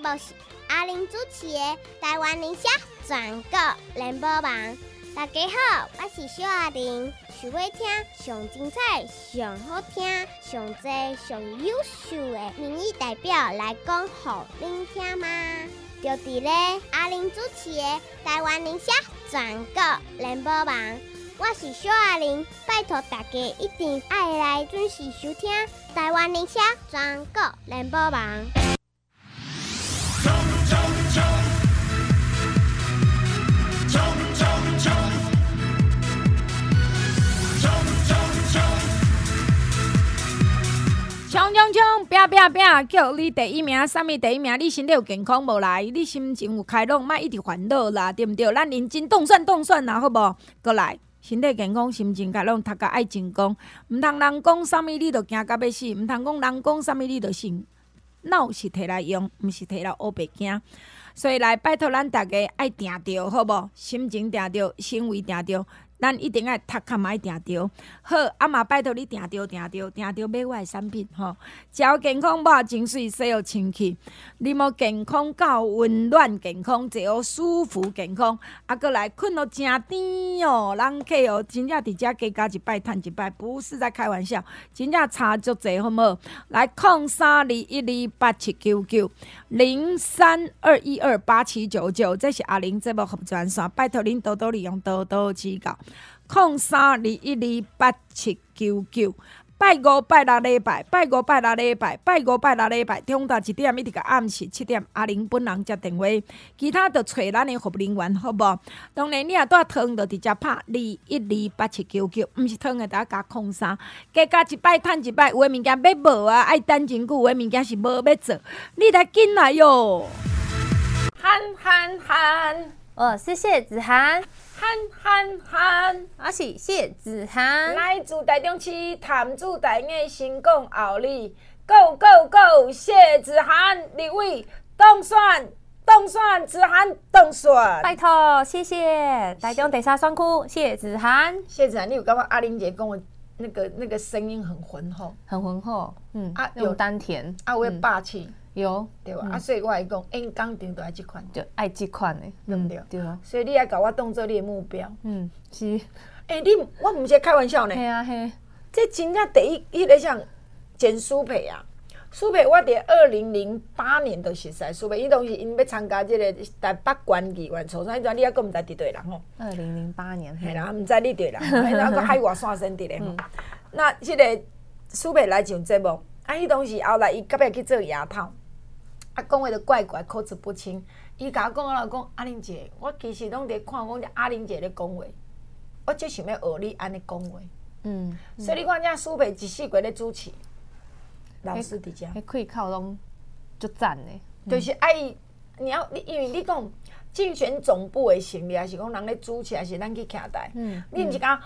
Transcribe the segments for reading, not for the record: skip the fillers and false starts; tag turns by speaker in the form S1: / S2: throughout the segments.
S1: 目是阿玲主持的台湾人社全国联播网。大家好，我是小阿玲，想要听上精彩、上好听、上多、上优秀的民意代表来讲给您听吗？就伫咧阿玲主持的台湾人社全国联播网。我是小阿玲，拜托大家一定要来准时收听台湾人社全国联播网。
S2: 冲！拼！叫你第一名，啥物第一名？你身体有健康无来？你心情有开朗，莫一直烦恼啦，对毋对？咱认真动算啦，好无？过来，身体健康，心情开朗，读甲爱成功。毋通人讲啥物你就惊到要死，毋通讲人讲啥物你就信。脑是摕来用，毋是摕来学白惊。所以来拜托咱大家爱定着，好无？心情定着，行为定着。咱一定要读较嘛定着，好，嘛拜托你定着买我的产品吼。食健康饱，情绪洗好清气，你无健康够温暖健康，坐好舒服健康，过来困到真甜哦，人客哦，真正伫遮加一摆趁一摆，不是在开玩笑，真正差足济，好无？来032128799032128799，这是阿玲节目服专线，拜托恁多多利用，多多指教。0321287990，拜五拜六礼拜，中昼1点一直到暗时7点，阿玲本人接电话，其他就找咱的服务人员，好无？当然你若带汤，就直接拍21287990，毋是汤的，大家加03，加一摆趁一摆，有的物件要无啊，爱等真久，有的物件是无要做，你来紧来哟！喊，
S3: 我是谢子涵。
S2: 喊，
S3: 我是谢子涵。
S2: 来自台中市潭子大雅成功后里 ，Go！ 谢子涵立委当选，子涵当选。
S3: 拜托，谢谢台中第3选区谢子涵。
S2: 谢子涵，你有感觉阿玲姐跟我那个声音很浑厚，
S3: 很浑厚，有丹田，
S2: 有霸气。
S3: 有
S2: 对吧？所以我来讲，演讲场就爱这款，
S3: 就爱这款的，
S2: 对不对？
S3: 对啊。
S2: 所以你要甲我当做你的目标。
S3: 是。
S2: 我毋是开玩笑呢。
S3: 嘿啊嘿。
S2: 这真正第一，个像简书培啊，书培我伫2008年就熟悉书培，伊当时因要参加这个台北县议员初选，迄阵你还佫毋知伫对人吼。
S3: 2008年。
S2: 嘿啦，毋知你对人，然后佫海外线生伫咧吼。那这个书培来上节目，迄当时后来伊隔壁去做丫头。讲话就怪口齿不清。伊甲我讲，我讲阿玲姐，我其实拢伫看讲阿玲姐咧讲话，我就想要学你安尼讲话。所以你看这苏培一世过咧主持，老师伫遮，
S3: 迄开口拢足赞的。
S2: 就是爱你要你，因为你讲竞选总部的成立，还是讲人咧主持，还是咱去徛台？你毋是讲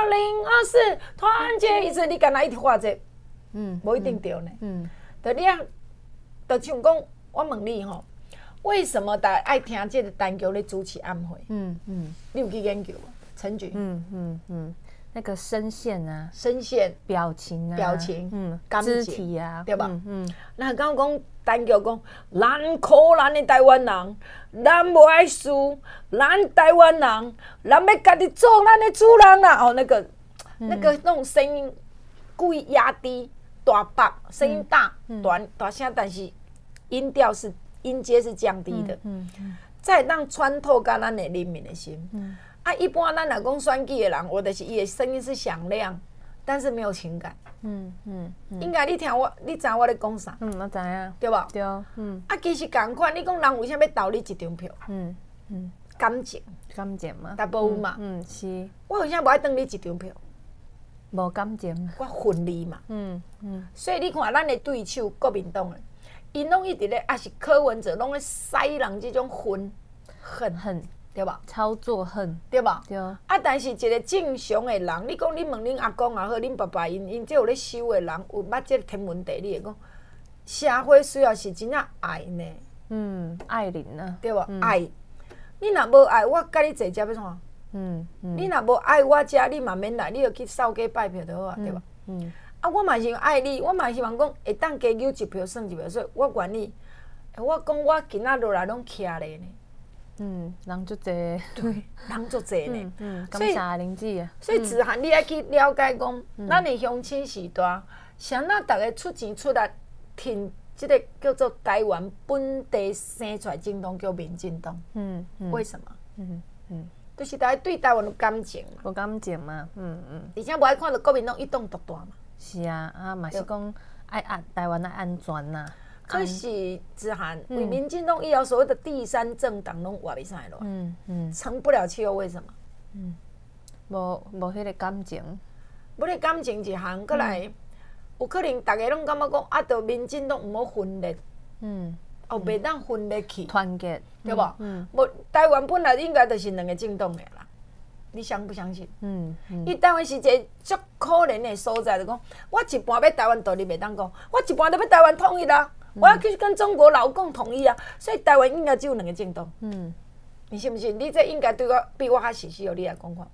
S2: 2024团结一致，你干那一直画这？无一定对呢。就你啊。就像讲，我问你吼，为什么大家爱听这个单桥咧主持暗会？你有去研究无？陈菊，
S3: 那个声线啊，
S2: 表情，
S3: 肢体啊，
S2: 对吧？那刚讲单桥讲，咱可怜的台湾人，咱无爱输，咱台湾人，咱要家己做咱的主人啦。哦，那种声音故意压低。大白声音大大声，但是音阶是降低的，再让穿透到咱的人民的心。一般咱若讲选举的人，我就是伊的声音是响亮，但是没有情感。应该你知我咧讲啥？
S3: 我知影，
S2: 对吧？
S3: 对。
S2: 其实同款，你讲人为啥要投你一张票？感情嘛，但无有嘛。
S3: 是。
S2: 我为啥无爱投你一张票？
S3: 无感情，
S2: 我分离嘛。所以你看，咱的对手国民党的，因拢一直咧，也是柯文哲拢咧使人这种恨，对吧？
S3: 操作恨，
S2: 对吧？
S3: 对。
S2: 但是一个正常的人，你讲你问恁阿公也好，恁爸爸因这有咧修的人，有捌这天文地理的讲，社会需要是真正爱呢。
S3: 爱人啊，
S2: 对吧？爱，你若无爱，我甲你坐遮要创？你若无爱我遮，你嘛免来，你就去扫街拜票就好啊，对吧？我嘛是爱你，我嘛希望讲会当加牛一票算一票，所以我愿意我讲我今仔落来拢徛咧呢，
S3: 人足济，
S2: 对，人足济呢。
S3: 感谢林姐啊。
S2: 所以子涵，你爱去了解讲，咱的乡亲时代，谁那大家出钱出力挺这个叫做台湾本地生出来政党叫民进党。为什么？就是大家对台湾有感情嘛，
S3: 有感情嘛，
S2: 而且无爱看到国民党一党独大嘛。
S3: 是啊，嘛是讲爱台湾爱安全呐。
S2: 可是子涵，为民进党以后所谓的第三政党拢活袂上来，成不了气候，为什么？
S3: 无迄个感情，
S2: 无迄个感情一项，过来有可能大家拢感觉讲，啊，着民进党毋好分裂，袂当分裂去，
S3: 团结，
S2: 对无？无台湾本来应该就是两个政党的啦，你相不相信？伊台湾是一个足可怜的所在，就讲我一半要台湾独立，袂当讲，我一半都要台湾统一啦。我要去跟中国老共统一啊！所以台湾应该只有两个政党。你信不信？你这应该对我比我较熟悉，你来讲看。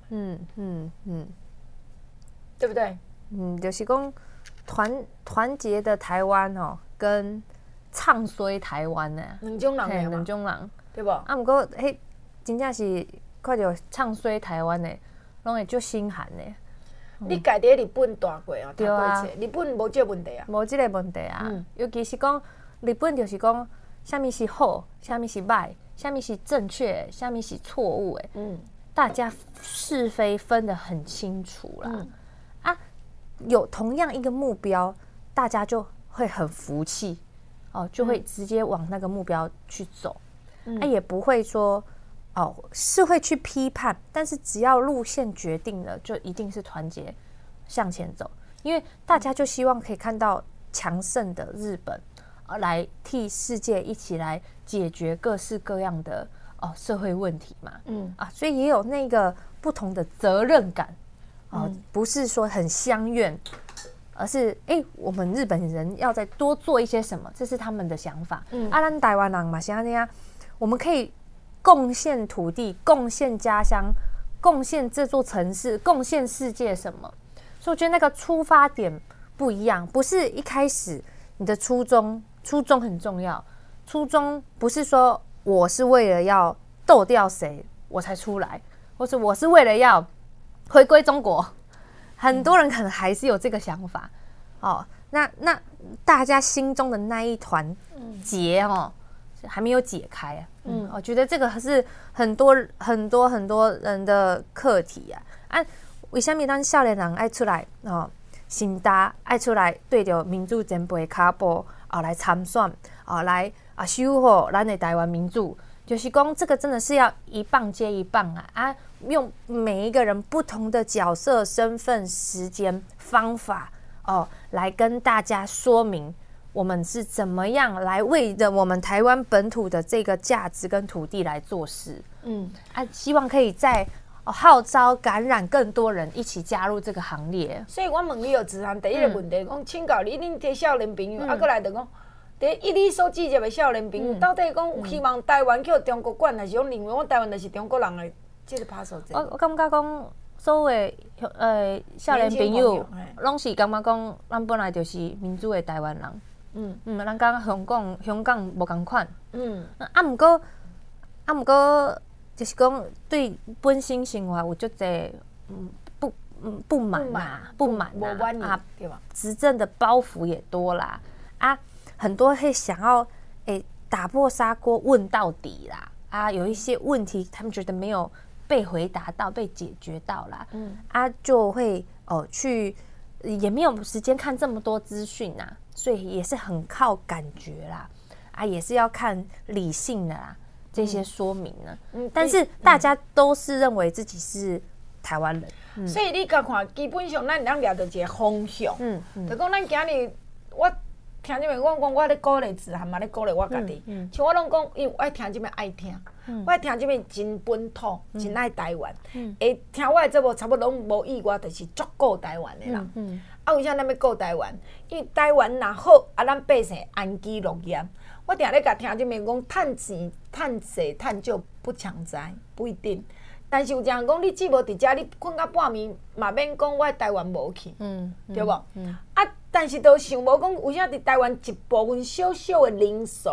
S2: 对不对？
S3: 就是讲团结的台湾哦，跟唱衰台湾呢，
S2: 两种人嘛，
S3: 两种人，
S2: 对不？
S3: 啊，不过迄真正是看到唱衰台湾的，拢会足心寒的。
S2: 你家己日本住过哦，
S3: 对啊，
S2: 日本无这问题啊，
S3: 无这个问题啊。尤其是讲日本，就是讲什么是好，什么是歹，什么是正确，什么是错误的。大家是非分得很清楚啦。有同样一个目标，大家就会很服气哦，就会直接往那个目标去走。也不会说。是会去批判，但是只要路线决定了，就一定是团结向前走，因为大家就希望可以看到强盛的日本，来替世界一起来解决各式各样的社会问题嘛，所以也有那个不同的责任感，不是说很相怨，而是我们日本人要再多做一些什么，这是他们的想法。咱台湾人嘛是这样，我们可以。贡献土地，贡献家乡，贡献这座城市，贡献世界什么？所以我觉得那个出发点不一样，不是一开始你的初衷很重要。初衷不是说我是为了要斗掉谁我才出来，或是我是为了要回归中国。很多人可能还是有这个想法。那大家心中的那一团结还没有解开啊。我觉得这个是很多人的课题啊。为什么咱少年人爱出来心大爱出来对着民主前辈脚步来参选来守护咱的台湾民主，就是讲这个真的是要一棒接一棒用每一个人不同的角色、身份、时间、方法来跟大家说明。我们是怎么样来为着我们台湾本土的这个价值跟土地来做事？希望可以在号召感染更多人一起加入这个行列。
S2: 所以我问你子涵第一个问题，讲请教你，恁这少年朋友，过来就讲，以你所记接的少年朋友，到底讲希望台湾去中国管，还是讲认为我台湾就是中国人的这个拍手？
S3: 我感觉讲，所有少年朋友，拢是感觉讲，咱本来就是民主的台湾人。咱讲香港无共款。毋过就是讲对本身生活有足侪不满对吧？执政的包袱也多啦很多会想要打破砂锅问到底啦有一些问题他们觉得没有被回答到、被解决到啦就会去也没有时间看这么多资讯所以也是很靠感觉啦也是要看理性的啦这些说明呢但是大家都是认为自己是台湾人
S2: 所以你甲看基本上咱两掠到一个方向就讲咱今日我听这边我讲我咧鼓励子涵嘛咧鼓励我家己像我拢讲因为我听这边爱听我听这边真本土真爱台湾会听我的节目差不多拢无意外就是足顾台湾的人为啥咱要顾台湾？因为台湾若好咱百姓安居乐业。我定咧甲听这边讲，趁钱、趁势、趁少不强财，不一定。但是有一人讲，你只无伫遮，你困到半暝嘛免讲我台湾无去，对无？但是都想无讲，为啥伫台湾一部分小小的人数，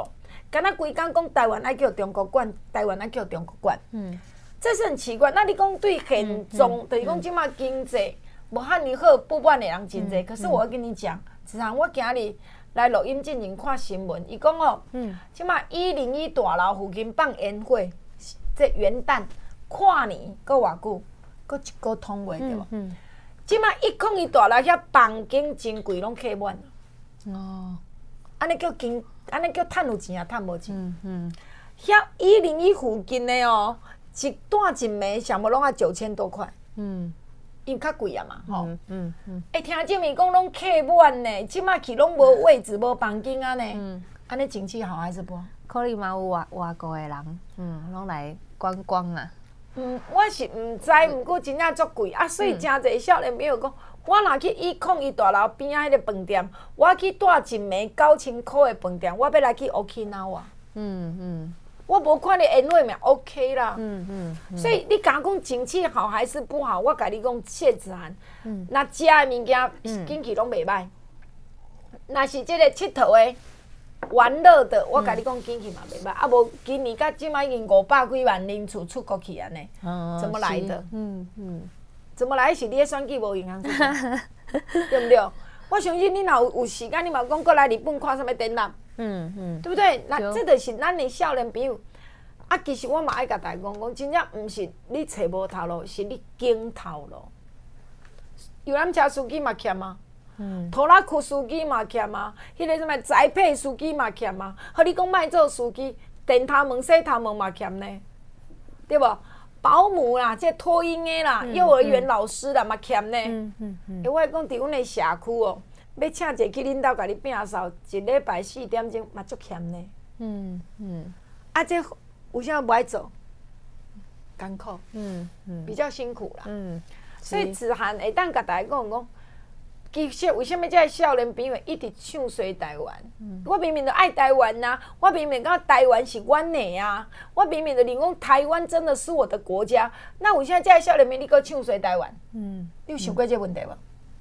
S2: 敢若规工讲台湾爱叫中国管，台湾爱叫中国管，这是很奇怪。那你讲对现状，就是讲即马经济无遐尼好，不满的人真济。可是我要跟你讲，自然我今日来录音进前看新闻，伊讲哦，即马101大楼附近放烟火，这元旦、跨年，搁偌久，搁一个通袂对无？即马101大楼遐房间真贵，拢客满。
S3: 哦，
S2: 安尼叫经，安尼叫趁有钱啊，趁无钱。遐101附近的哦，一段一暝上无拢啊9000多块。因为较贵啊嘛，吼。听证明讲拢客满呢，即马去拢无位置，无房间啊呢。安尼经济好还是不好？
S3: 可能嘛有外国的人，拢来观光啊。
S2: 我是毋知，毋过真正足贵啊，所以真侪少年朋友讲，我若去101大楼边仔迄个饭店，我去住一暝9000块的饭店，我要来去 Okinawa。我无看你烟火嘛 OK 啦。所以你讲讲经济好还是不好，我甲你讲谢子涵，那食的物件景气拢袂歹，若是即个佚佗的。玩乐的，我甲你讲，景气嘛袂歹，啊无今年甲即摆已经500几万人次出国去安尼，怎么来的？怎么来是你的选举无影响，对不对？我相信你若有时间，你嘛讲过来日本看什么展览，对不对？那这就是咱的少年朋友。啊，其实我嘛爱甲大家讲，真正毋是你找无头路，是你经头路。游览车司机嘛欠啊。拖拉库司机嘛欠啊，迄个什么宅配司机嘛欠啊，和你讲卖做司机，电头门、洗头门嘛欠呢，对无？保姆啦，这托婴的啦，幼儿园老师啦嘛欠呢。我讲伫阮的社区哦，要请一个去恁兜甲你摒扫，一礼拜4点钟嘛足欠呢。啊，这有啥无爱做？艰苦，比较辛苦啦。所以子涵会当甲大家讲。其实为什么这个少年朋友一直唱衰台湾？我明明就爱台湾呐，我明明讲台湾是阮的啊，我明明就认讲台湾真的是我的国家。那为什么这个少年朋友你搁唱衰台湾？你有想过这个问题无？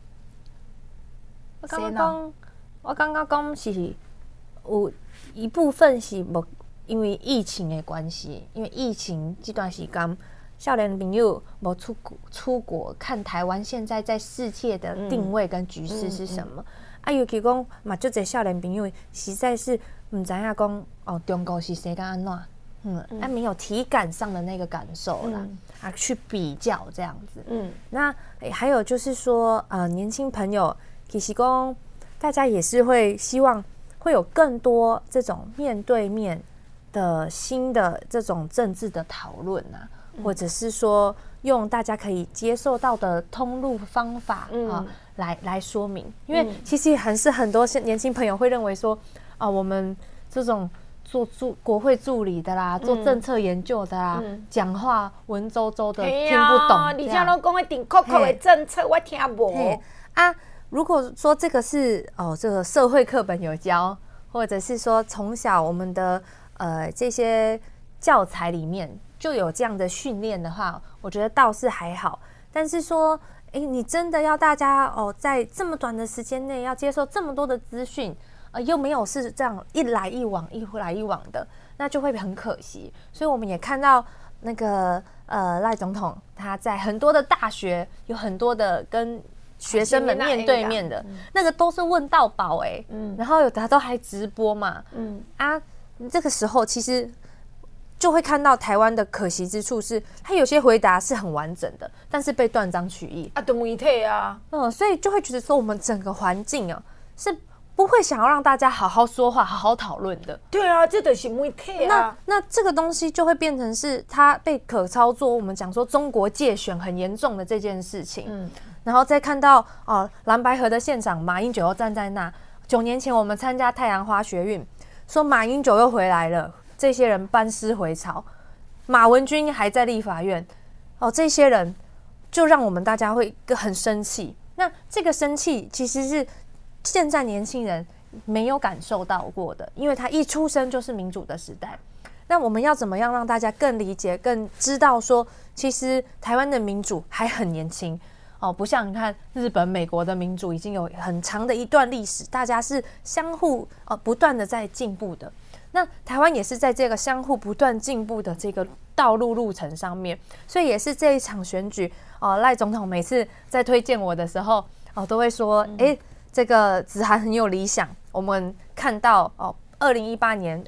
S3: 我感觉讲是有一部分是无因为疫情的关系，因为疫情这段时间。少年朋友无出国看台湾现在在世界的定位跟局势是什么？尤其讲嘛，就这少年朋友实在是唔知影讲哦，中国是谁跟安怎？没有体感上的那个感受啦，去比较这样子。那还有就是说，年轻朋友其实讲大家也是会希望会有更多这种面对面的新的这种政治的讨论啊。或者是说用大家可以接受到的通路方法来说明，因为其实很多年轻朋友会认为说我们这种做国会助理的啦，做政策研究的啦，讲话文绉绉的听不懂，
S2: 而且拢讲一定酷酷的政策，我听无
S3: 啊。如果说这个是这个社会课本有教，或者是说从小我们的这些教材里面。就有这样的训练的话，我觉得倒是还好。但是说，你真的要大家在这么短的时间内要接受这么多的资讯，又没有是这样一来一往的，那就会很可惜。所以我们也看到那个赖总统他在很多的大学有很多的跟学生们面对面的，那个都是问到饱然后有的都还直播嘛，这个时候其实。就会看到台湾的可惜之处是，他有些回答是很完整的，但是被断章取义
S2: 的媒体啊，
S3: 所以就会觉得说我们整个环境是不会想要让大家好好说话、好好讨论的。
S2: 对啊，这就是媒体啊。
S3: 那这个东西就会变成是它被可操作。我们讲说中国介选很严重的这件事情，然后再看到蓝白河的现场，马英九又站在那。9年前我们参加太阳花学运，说马英九又回来了。这些人班师回朝，马文君还在立法院，这些人就让我们大家会很生气。那这个生气其实是现在年轻人没有感受到过的，因为他一出生就是民主的时代。那我们要怎么样让大家更理解、更知道说，其实台湾的民主还很年轻不像你看日本、美国的民主已经有很长的一段历史，大家是相互不断的在进步的。 那台湾也是在这个相互不断进步的这个道路程上面，所以也是这一场选举赖总统每次在推荐我的时候都会说，这个子涵很有理想。我们看到2018年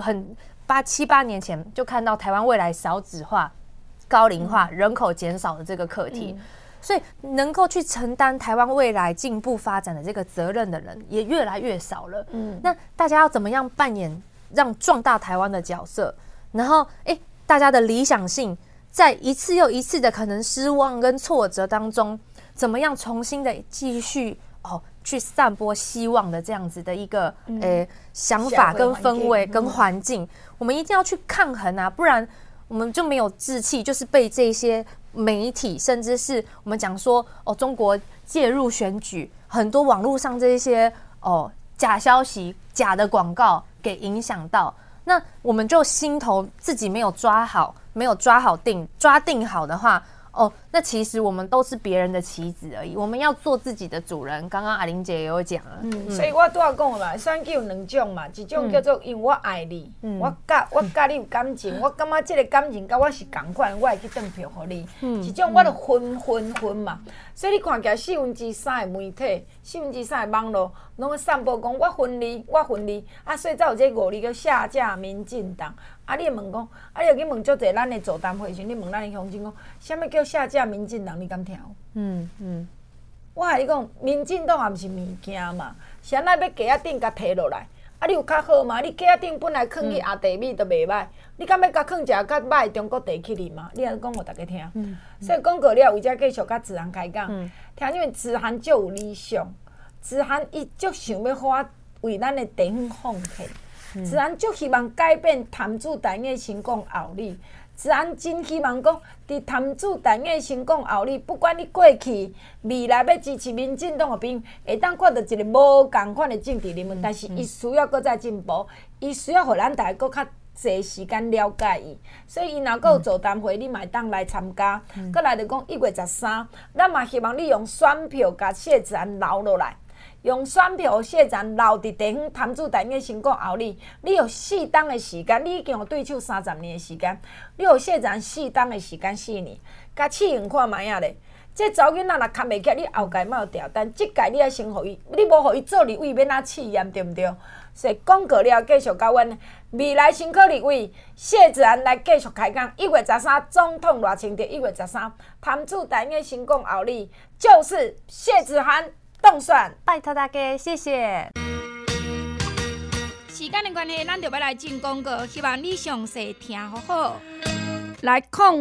S3: 7、8年前就看到台湾未来少子化、高龄化、人口减少的这个课题。所以能够去承担台湾未来进步发展的这个责任的人也越来越少了。那大家要怎么样扮演让壮大台湾的角色？然后，大家的理想性在一次又一次的可能失望跟挫折当中，怎么样重新的继续去散播希望的这样子的一个想法跟氛围跟环境，我们一定要去抗衡啊，不然我们就没有志气，就是被这些媒体，甚至是我们讲说中国介入选举，很多网络上这些假消息、假的广告给影响到，那我们就心头自己没有抓定好的话，那其实我们都是别人的棋子而已，我们要做自己的主人。刚刚阿玲姐也有讲了，
S2: 所以我拄仔讲嘛，选举有2种嘛，一种叫做因为我爱你，我甲你有感情，我感觉这个感情甲我是同款，我会去转票给你。一种我就分嘛，所以你看起来3%的媒体，3%的网络，拢散播讲我分你，所以才有这5字叫下架民进党。你会问讲，你会去问足侪咱的座谈会时，你问咱的乡亲讲，啥物叫下架民进党？你敢听？我甲你讲，民进党也毋是物件嘛，是安那要架仔顶甲摕落来？你有较好吗？你架仔顶本来囥去阿地米都袂歹，你敢要甲囥一个较歹中国地去哩嘛？你安讲互大家听。所以讲过了，为遮继续甲子涵开讲，听因为子涵足有理想，子涵伊足想要我为咱的地方奉献。子涵足希望改变潭子台语成功后里，子涵真希望讲，伫潭子台语成功后里，不管你过去、未来要支持民进党的兵，会当看到一个无共款的政治人物，但是伊需要搁再进步，伊需要互咱大家搁较侪时间了解伊，所以伊若搁有座谈会，你嘛会当来参加。搁来就讲1月13，咱嘛希望你用选票甲谢子涵留落来。用选票谢子涵留伫地方潭子台语成功后里，你有适当的时间，你已经有对手30年的时间，你有谢子涵适当的时间4年，甲试用看卖啊咧。这查某囡仔若扛袂起，你后届莫有调，但即届你要先互伊，你无互伊做立委，免哪试验，对毋对？所以讲过了，继续甲阮未来新科立委谢子涵来继续开讲。1月13总统热清的1月13，潭子台语成功后里就是谢子涵。动算，
S3: 拜托大家，谢谢。
S2: 时间的关系，咱就要来进广告，希望你详细听好好。来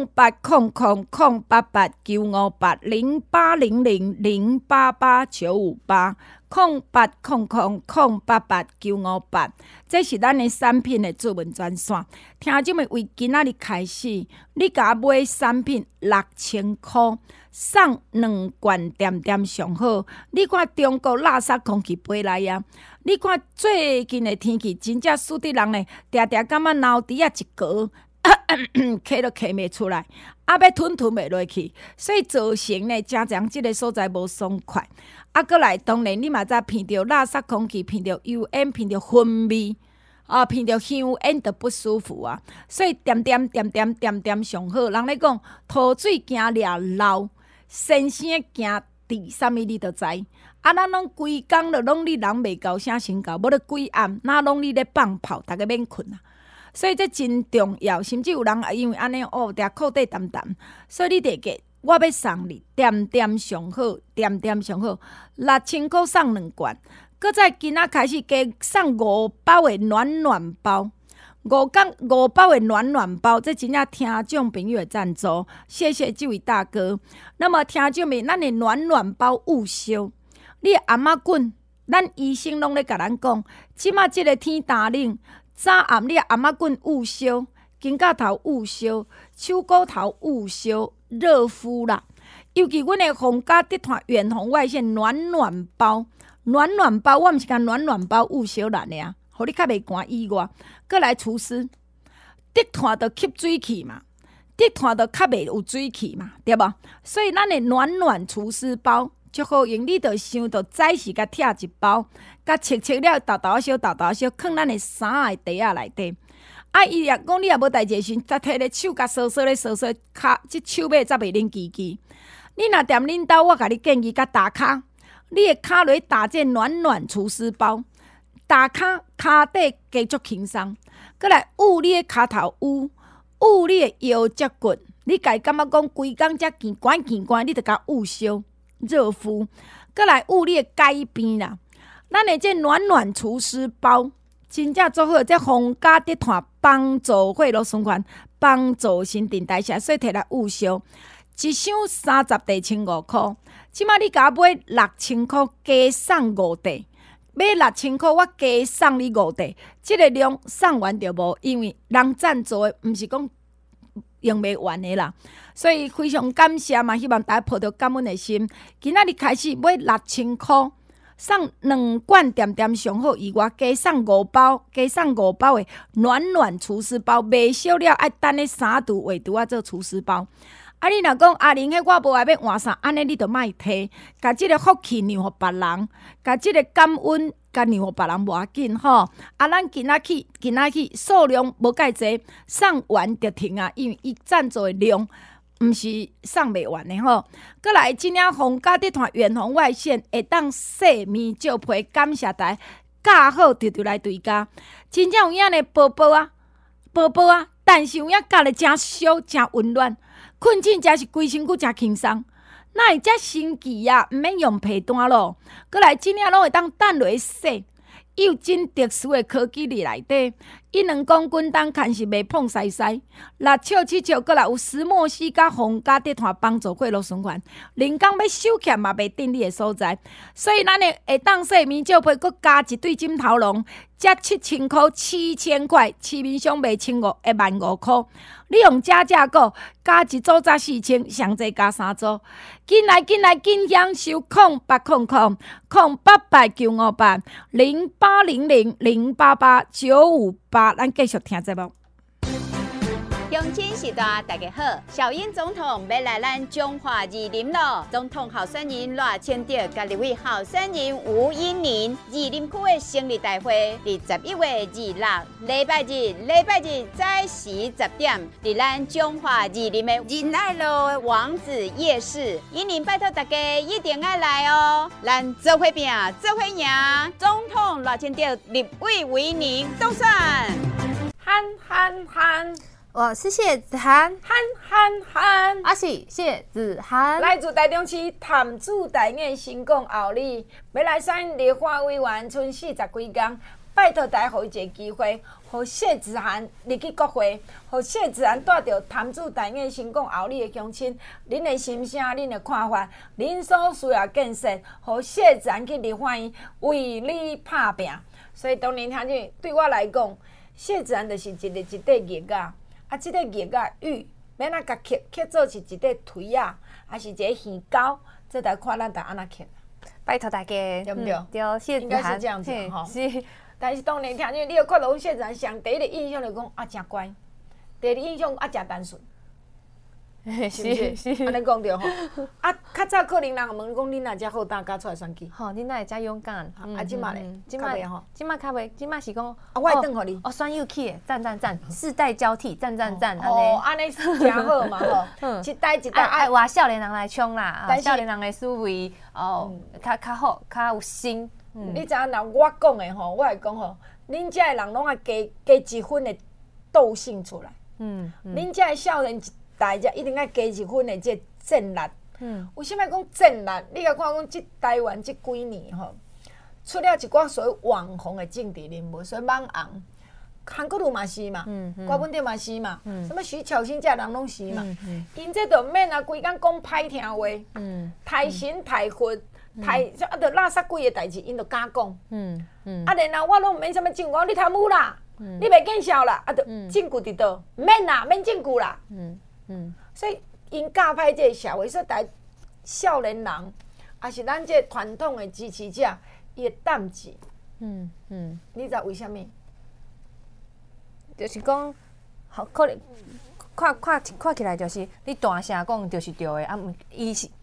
S2: 0800088958，0800088958，这是咱的产品的主文专线。听众们为今仔日开始，你甲买产品6000块，送2罐点点上好。你看中国垃圾空气飞来啊！你看最近的天气，真正使得人呢，常常感觉脑底啊一gor咳都咳袂出来，要吞袂落去，所以造成呢，真正即个所在无爽快。搁来，当然你嘛知闻到垃圾空气，闻到油烟，闻到烟味，闻到香烟就不舒服啊。所以点点上好。人咧讲，吐水惊掠漏，先生惊滴啥物你都知。咱拢规工就拢你人袂高声先到，无咧规暗，哪拢你咧放炮，逐个免困啊。所以这真重要，甚至有人因为安尼定裤底澹澹，所以你得给我要送你点点上好，6000块送2罐，搁再今仔开始加送5包的暖包，5包的暖包，这真正听众朋友的赞助，谢谢这位大哥。那么听众们，咱的暖包误烧，你的阿妈滚，咱医生拢咧甲咱讲，即马即个天大冷。早暗你阿妈棍误烧，肩胛头误烧，手骨头误烧，热敷啦。尤其阮的皇家集团远红外线暖包，我毋是讲暖包误烧咱尔，互你较袂寒意外。搁来除湿，滴团就吸水气嘛，滴团就较袂有水气嘛，对无？所以咱的暖除湿包足好用。你着想着早时甲拆一包，甲切了豆豆烧，放咱的衫的袋仔内底。啊，伊若讲你也无代志时，才摕咧手甲搔咧，骹即手尾才袂冷叽叽。你若踮恁兜，我甲你建议甲打骹，你的骹落打这暖暖除湿包，打骹骹底加足轻松，过来捂你的骹头捂你的腰脊骨。你家感觉讲规工才见关，你着甲捂烧热敷，过来捂你的改边啦。咱的这暖暖除湿包真正做好，这防假滴团帮助血液循环，帮助新陈代谢，所以摕来捂烧。一箱30袋1,500块，即摆你甲我买6000块，加送5袋。买6000块，我加送你5袋，即个量送完就无，因为人赞助的毋是讲用袂完的啦，所以非常感谢嘛，希望大家抱着感恩的心，今仔日开始买6000块，送2罐点点上好以外，加送5包的暖暖除湿包，袂烧了爱等咧3度画图做除湿包。啊，你若讲阿玲，迄我无爱要换啥，安尼你着莫摕，甲即个福气让互别人，甲即个感恩，甲让互别人无要紧吼。啊，咱今仔起数量无介济，送完就停啊，因为伊赞助的量毋是送袂完的吼。过来，真正防假滴团远红外线会当洗面照皮，感谢大家教好就来对家，真正有影的宝宝啊，但是有影教的真烧真温暖。困醒才是规身躯真轻松，哪会遮神奇啊？毋免用被单咯，过来真正拢会当等落去洗。伊有真特殊的科技伫内底，伊2公斤重看是袂碰西西，6笑7笑，过来有石墨烯甲防假滴团帮助血液循环，人工要手欠嘛袂定你的所在，所以咱会当洗面照皮，佮加一对枕头笼，才7000块，7000块，市面上卖15000块。你用加价购加一组才4000，上济加3组。紧来享受0800-0888-0800-0888-958，咱继续听节目。
S4: 乡亲时代大家好，小英总统要来咱中华二林咯。总统候选人赖清德甲立委候选人吴音宁，二林区的成立大会，21月26礼拜日早时10点，伫咱中华二林的仁爱路王子夜市，音宁拜托大家一定要来哦。咱做伙拼，做伙赢，总统赖清德，立委吴音宁当选。
S3: 憨。我是谢子涵，我是谢子涵，
S2: 来自台中市潭子大院新港后里，要来选立法委员，剩40几天，拜托大家互伊一个机会，互谢子涵入去国会，互谢子涵带着潭子大院新港后里的乡亲，恁的心声、恁的看法、恁所需要建设，互谢子涵去立法院为你拍拼。所以当然，听见对我来讲，谢子涵就是一块玉啊。啊，即个玉啊玉，免哪甲刻做是一块槌啊，还是一个鱼钩，这才看咱安怎刻。
S3: 拜托大家，
S2: 对不对？
S3: 对，谢子涵，
S2: 应该是这样子吼。
S3: 是，
S2: 但是当然听见你有看到谢子涵上第一个印象就讲啊，真乖；第二个印象啊，真单纯。是不是？安尼讲着吼。啊，较早可能人问讲，恁若遮好胆敢出来选举？
S3: 吼，恁哪会遮勇敢？
S2: 啊，即马咧，即马吼，
S3: 即马较袂，即马是讲，
S2: 啊，我会转互你。
S3: 哦，选又去的，赞，世代交替，赞，
S2: 哦，安尼真好嘛吼，一代
S3: 爱话少年人来冲啦，少年人的思维哦，较好，较有心。
S2: 你知影？若我讲的吼，我会讲吼，恁遮的人拢爱加一分的斗性出来。恁遮的少年代只一定爱加一分的这战力。为什么讲战力？你甲看讲，即台湾即几年吼，出了一寡所谓网红的政治人物，所以网红，韩国瑜嘛是嘛，郭文哲嘛是嘛，什么徐巧芯这人拢是嘛，因这就免啊，规工讲歹听话，太神太佛，啊，着垃圾鬼的代志，因就敢讲。啊，然后我拢免什么证据，你贪污啦，你袂见效啦，啊，着证据伫倒，免啦，免证据啦。所以因教歹这个社会，所以大少年人，也是咱这传统的支持者，伊会淡志。你知为什么？
S3: 就是讲，可能看起来就是你大声讲就是对的，啊，伊是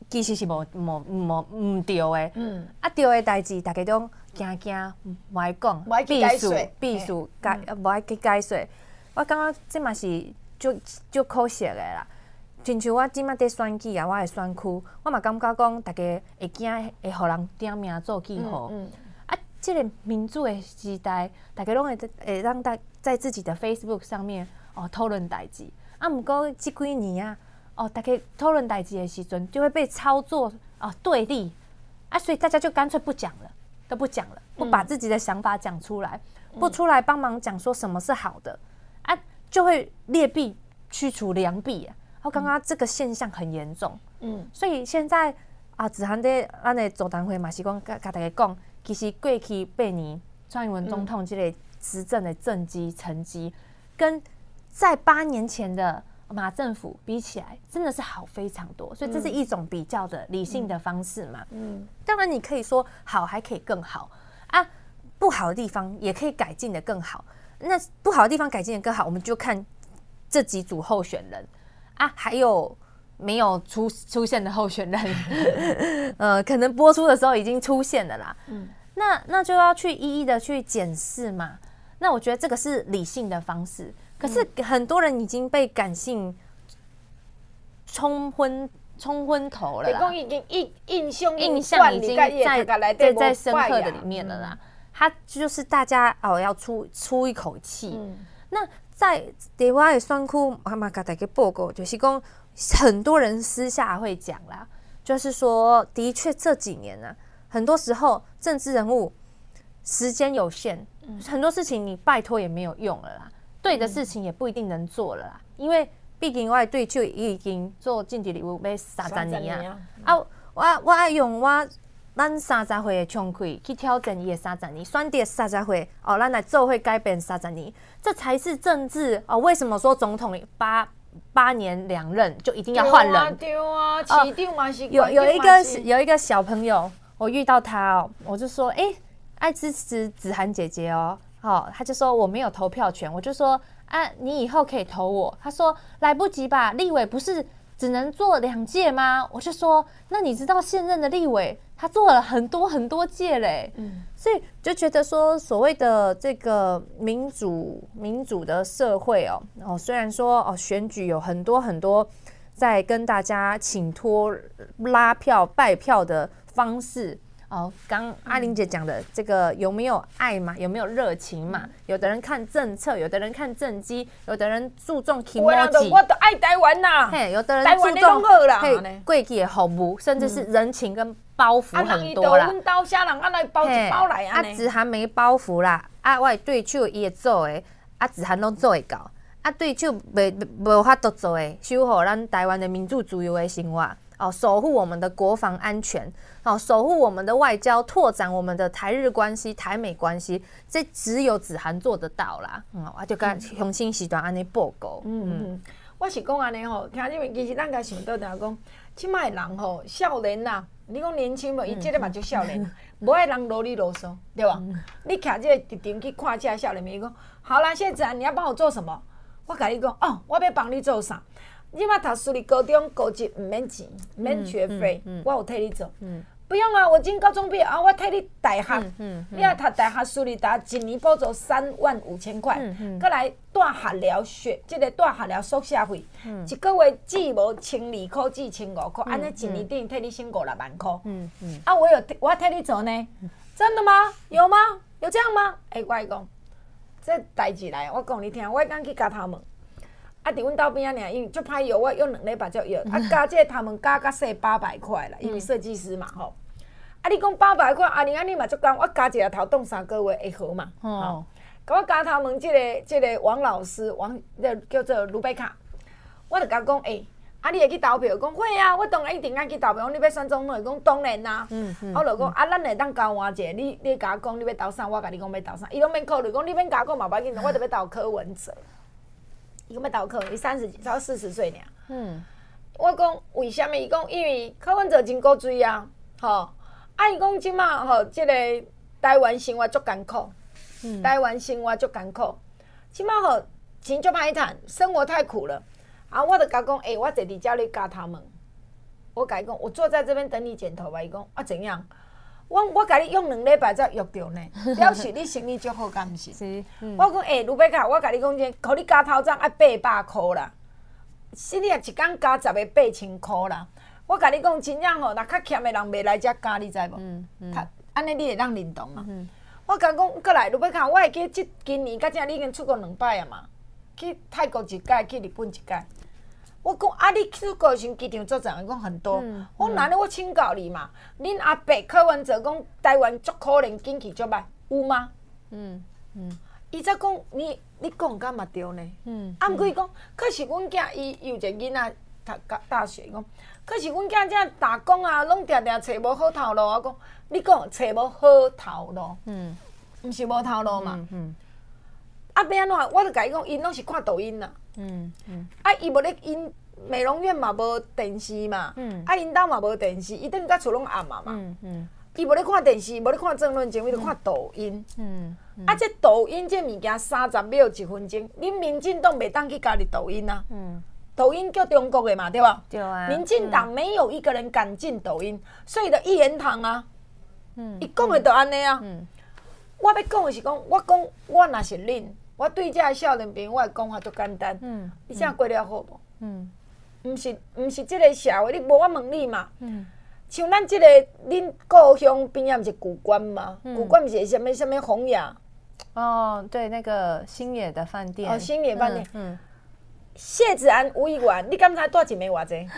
S3: 其实是无对的。对的代志，大家都惊，无爱讲，避暑，无爱去解说。我感觉这嘛是就可惜的啦。亲像我即马在选举啊，我的选区，我嘛感觉讲大家会惊，会互人点名做记号。这个民主的时代，大家拢会让在自己的 Facebook 上面讨论代志。不过这几年啊，大家讨论代志的时阵，就会被操作对立所以大家就干脆不讲了，都不讲了，不把自己的想法讲出来，不出来帮忙讲说什么是好的就会劣币驱除良币我刚刚这个现象很严重，所以现在子涵在咱的座谈会嘛是讲，甲大家讲。其实过去8年，蔡英文总统这个执政的政绩成绩，跟在8年前的马政府比起来，真的是好非常多。所以这是一种比较的理性的方式嘛。当然你可以说好还可以更好不好的地方也可以改进的更好。那不好的地方改进的更好，我们就看这几组候选人还有。没有出现的候选人，可能播出的时候已经出现了啦。那就要去一一的去检视嘛。那我觉得这个是理性的方式，可是很多人已经被感性冲昏头了啦。
S2: 讲已经印象
S3: 已经在深刻的里面了啦。它就是大家要出一口气。那在台湾的选区，我嘛给大家报告，就是讲。很多人私下会讲啦，就是说，的确这几年呢，很多时候政治人物时间有限，很多事情你拜托也没有用了啦，对的事情也不一定能做了啦，因为毕竟我的对手已经做政治人物要30年我爱用咱30岁的枪气去挑战伊的30年，选择30岁咱来做会改变30年，这才是政治为什么说总统8年2任就一定要换人？
S2: 对啊，市长嘛是
S3: 有一个小朋友，我遇到他我就说，爱支持子涵姐姐他就说我没有投票权，我就说你以后可以投我。他说来不及吧，立委不是只能做2届吗？我就说那你知道现任的立委他做了很多届嘞，所以就觉得说所谓的这个民主的社会虽然说选举有很多在跟大家请托拉票拜票的方式刚阿玲姐讲的这个有没有爱嘛，有没有热情嘛？有的人看政策，有的人看政绩，有的人注重 kimoji，
S2: 我都爱台湾呐，
S3: 有的人注重过去的服务，甚至是人情跟包袱很多啦。子涵没包袱啦，我的对手伊会做的，子涵拢做会到，对手无法度做的，守护咱台湾的民主自由的生活。守护我们的国防安全，守护我们的外交，拓展我们的台日关系、台美关系，这只有子涵做得到啦。我就甲雄心时段安尼报告。
S2: 我是讲安尼听你们其实咱甲想到讲，即摆人少年啦，你讲年轻无，伊即个嘛就少年，无爱人啰里啰嗦，对吧？你徛这个直去看这少年，伊讲好啦，现在子涵你要帮我做什么？我甲你讲我要帮你做啥？你嘛读私立高中高级唔免钱，唔免学费，我有替你做。不用啊，我进高中毕业我替你大学。你要读大学私立大学，1年补助35000块，再来带学寮这个带学寮宿舍费，一个月只无1200块至1500块，安尼1年等于替你省5-6万块。我替你做呢，真的吗？有吗？有这样吗？我跟你讲，这代志来，我讲你听，我刚去加头毛。伫阮兜边因为足歹药，我用2礼拜才药。加这个头毛加细800块啦，因为设计师嘛吼。你讲800块，你嘛足讲，我加一个头冻3个月会好嘛？甲我加头毛这个王老师，叫做卢贝卡，我就甲讲你会去投票？讲会啊，我当然一定爱去投票。你要选总统，讲当然啦。我就讲咱会当交换者，你甲我讲你要投啥，我甲你讲要投啥，伊拢免考虑，讲你免甲我讲嘛，无要紧，我就要投柯文哲。伊讲要投柯，伊30几，才40岁尔。我讲为虾米？伊讲因为柯文哲真古锥啊，伊讲即马即个台湾生活足艰苦，台湾生活足艰苦，即马钱足歹趁，生活太苦了。我就甲讲，我坐伫遮咧加头毛， 我甲伊讲，我坐在这边等你剪头吧。伊讲啊怎样？我甲你用2礼拜才约着呢，表示你生意足好，敢毋是？
S3: 是，
S2: 我讲卢贝卡，我甲你讲，互你加头涨800箍啦，是你啊一工加10个8000箍啦。我甲你讲，真正吼，若较欠的人袂来遮加，你知无？他安尼你会当认同嘛？我甲讲，过来卢贝卡，我会记今年到正你已经出国2摆啊嘛，去泰国1摆，去日本1摆。我讲啊，你出国时机场做怎？伊讲很多。我那我请教你嘛，恁阿伯柯文哲讲台湾足可能经济足歹，有吗？伊则讲你讲敢嘛对呢？啊，毋过伊讲，可是阮囝伊有一个囡仔读大学，讲，可是阮囝遮打工啊，拢定定找无好头路。我讲，你讲找无好头路，毋是无头路嘛？啊，要安怎？我就甲伊讲，因拢是看抖音啦。啊，伊无咧，因美容院嘛无电视嘛，啊，因兜嘛无电视，伊等于甲厝拢暗嘛。伊无咧看电视，无咧看政论节目，伊就看抖音。啊，这抖音这物件30秒1分钟，恁民进党袂当去加入抖音啊。抖音叫中国的嘛，对吧？
S3: 对啊。
S2: 民进党没有一个人敢进抖音，所以的一言堂啊。伊讲的就安尼啊。我要讲的是讲，我讲我若是恁。我对这少年朋友，我的讲法足简单。你这样过了好无？毋是这个社会，你无我问你嘛。像咱这个恁故乡边仔毋是古关吗？古关毋是什么红雅？
S3: 哦，对，那个星野的饭店。
S2: 哦，星野饭店。谢子安、吴议员，你敢知住一暝偌济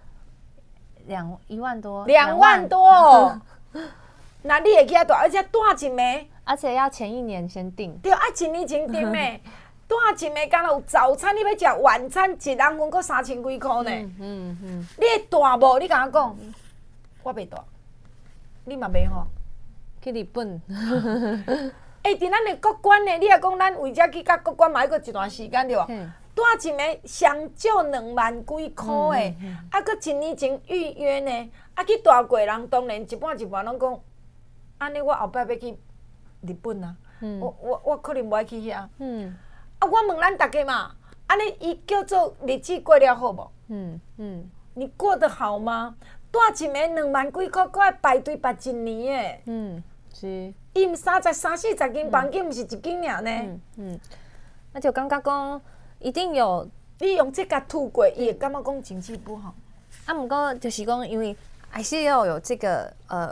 S3: ？1万多。
S2: 2万多。那你会去遐住，而且住一暝。
S3: 而且要前1年先订，
S2: 对，啊，1年前订的，住一暝，敢若有早餐，你要食晚餐，一人份阁3000几箍呢。你会住无？你甲我讲，我袂住，你嘛袂吼。
S3: 去日本。
S2: 伫咱的国馆呢，你若讲咱为遮去甲国馆嘛，要阁一段时间对无？住一暝上少2万几箍的，啊，阁1年前预约呢，啊，去住过人当然一半一半拢讲，安尼我后摆要去。日本啊，我可能无爱去遐。啊，我问咱大家嘛，安尼伊叫做日子过了好无？你过得好吗？住一暝2万几箍，搁要排队排1年
S3: 诶。是。
S2: 伊毋30-40间房间，毋是一间尔呢。
S3: 那就感觉讲一定有，
S2: 你用这个吐过，伊会感觉讲经济不好。
S3: 啊，毋过就是讲，因为还是要有这个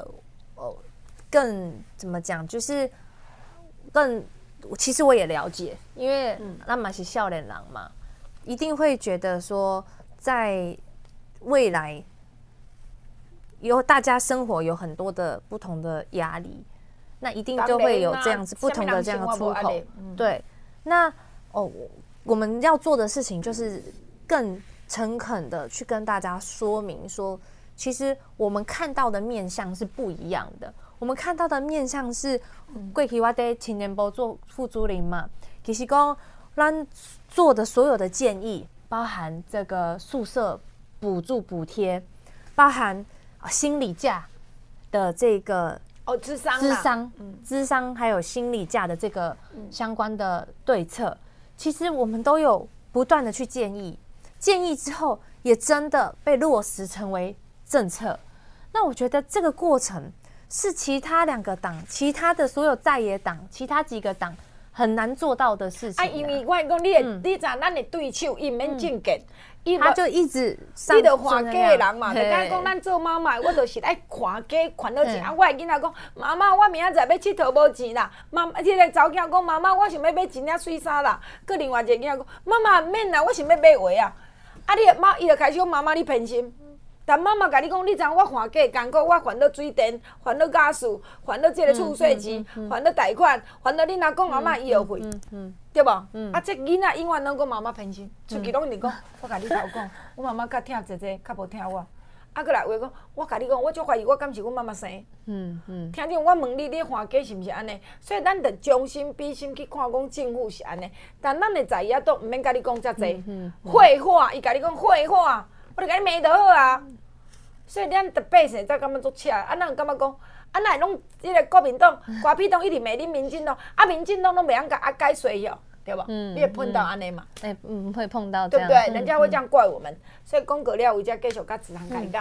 S3: 更怎么讲，就是更，其实我也了解，因为那嘛是少年人嘛，一定会觉得说，在未来有大家生活有很多的不同的压力，那一定就会有这样子不同的这样的出口。对，那我们要做的事情就是更诚恳的去跟大家说明说，其实我们看到的面向是不一样的。我们看到的面向是，过去我在青年部做副主任嘛，其实讲咱做的所有的建议，包含这个宿舍补助补贴，包含心理假的这个咨商还有心理假的这个相关的对策，其实我们都有不断的去建议之后，也真的被落实成为政策。那我觉得这个过程是其他2个党、其他的所有在野党、其他几个党很难做到的事情。
S2: 因为我讲你知咱的对手，伊免政见，
S3: 他就一直
S2: 你著看家的人嘛，就敢讲咱做妈妈，我就是爱看家烦恼钱。啊，我的囡仔讲，妈妈，我明仔载要佚佗无钱啦。迄个查某囝讲，妈妈，我想要买一领水衫啦。佮另外一个囡仔讲，妈妈免啦，我想要买鞋啊。啊，伊就开始讲，妈妈你偏心。但妈妈甲你讲，你知影我还价艰苦，我还到水电，还到家事，还到这个储税钱，还到贷款，还到恁阿公阿嬷医药费，对无？啊，这囡仔永远拢讲妈妈偏心，出去拢是讲，我甲你头讲，我妈妈较听姐姐，较无听我。啊，过来话讲，我甲你讲，我足怀疑我敢是阮妈妈生。听见我问你，你还价是毋是安尼？所以咱得将心比心去看，讲政府是安尼，但咱的在野都毋免甲你讲遮济，废话，伊甲你讲废话。我就甲你骂就好啊，所以咱的百姓才感觉足赤。啊，咱感觉讲，啊，哪会拢迄个国民党、瓜皮党一直骂恁民进党，啊，民进党拢袂晓甲改水哟，对吧？你会碰到安尼嘛？
S3: 会碰到这样，
S2: 对不对？人家会这样怪我们。所以讲过了，有才继续甲子涵开讲，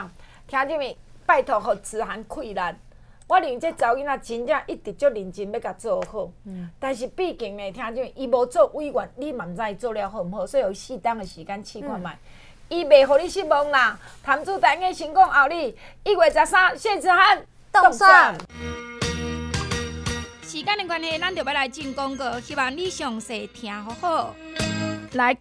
S2: 听众们，拜托，互慈涵开力。我认为这查某囡仔真正一直足认真要甲做好。但是毕竟呢，听众伊无做委员，你嘛毋知伊做了好毋好，所以有适当的时间试看卖。伊袂互你失望啦。谭主台嘅成功后日1月13，谢慈涵
S3: 动算。
S2: 时间的关系，咱就要来进广告，希望你详细听好好。来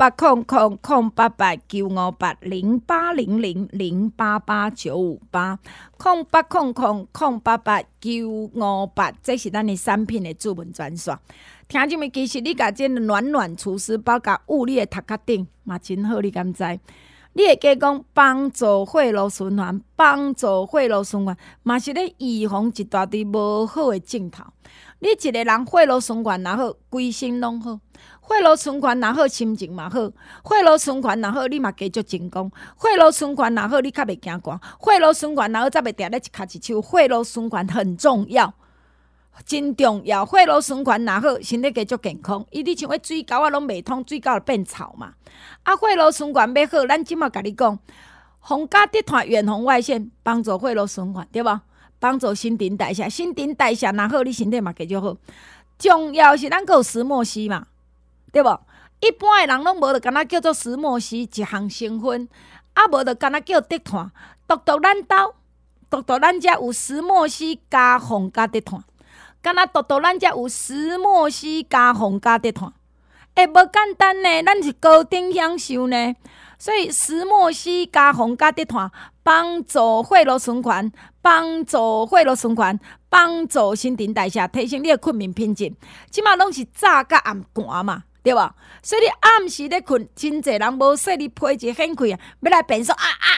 S2: 0800-958-080-088-958，0800-958-958，这是咱的产品的主文专线。听众们，其实你甲这暖暖厨师包甲捂你的头壳顶嘛真好，你敢知？你会记讲帮助血路循环，帮助血路循环，嘛是咧预防一大堆无好的镜头。你一个人血路循环若好，规身拢好；血路循环若好，心情嘛好；血路循环若好，你嘛加足成功；血路循环若好，你较袂惊寒；血路循环若好，才袂定咧一骹一手。血路循环很重要。真重要，血路循环若好，身体加足健康。你像迄水沟拢袂通，水沟就变臭嘛。血路循环要好，咱即马甲你讲，红加地团远红外线帮助血路循环，对无？帮助新陈代谢，新陈代谢若好，你身体嘛加足好。重要是咱有石墨烯嘛，对无？一般的人拢无就敢若叫做石墨烯一项成分，无就敢若叫地团。独咱兜，独咱遮有石墨烯加红加地团。敢若独咱遮有石墨烯加红加地团，无简单呢，咱是高等享受呢。所以石墨烯加红加地团帮助血路循环，帮助血路循环，帮助新陈代谢，提升你的睡眠品质。即马拢是早甲暗寒嘛，对无？所以你暗时咧困，真侪人无说你皮一掀开啊，要来变说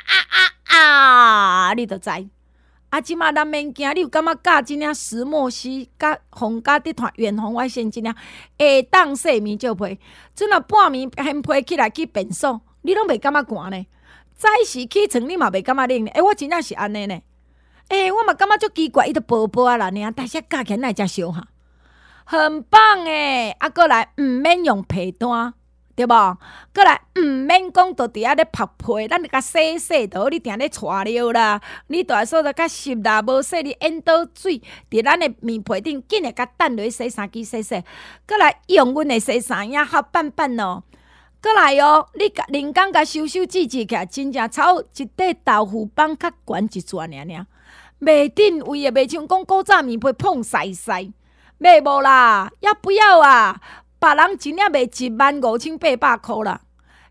S2: 你就知。即马咱免惊，你有感觉教即领石墨烯、甲红加地团、远红外线即领会当睡眠照皮，阵若半暝掀皮起来去便所，你拢袂感觉寒呢？早时起床你嘛袂感觉冷呢？我真正是安尼呢。我嘛感觉足奇怪，伊都薄薄啊啦尔，但是教起来才烧哈，很棒诶！过来毋免用被单。对无？过来，免讲到伫遐咧晒被，咱甲洗倒，你定咧带尿啦，你大所在较湿啦，无洗你淹倒水，伫咱的面被顶，紧诶甲等落去洗衫机洗。过来用阮的洗衫液好板板哦。过来哦，你甲人工甲收收挤起来，真正炒一块豆腐棒较悬一撮尔，袂顶位诶，袂像讲古早面被碰晒，袂无啦，要不要啊？别人一领卖15800块啦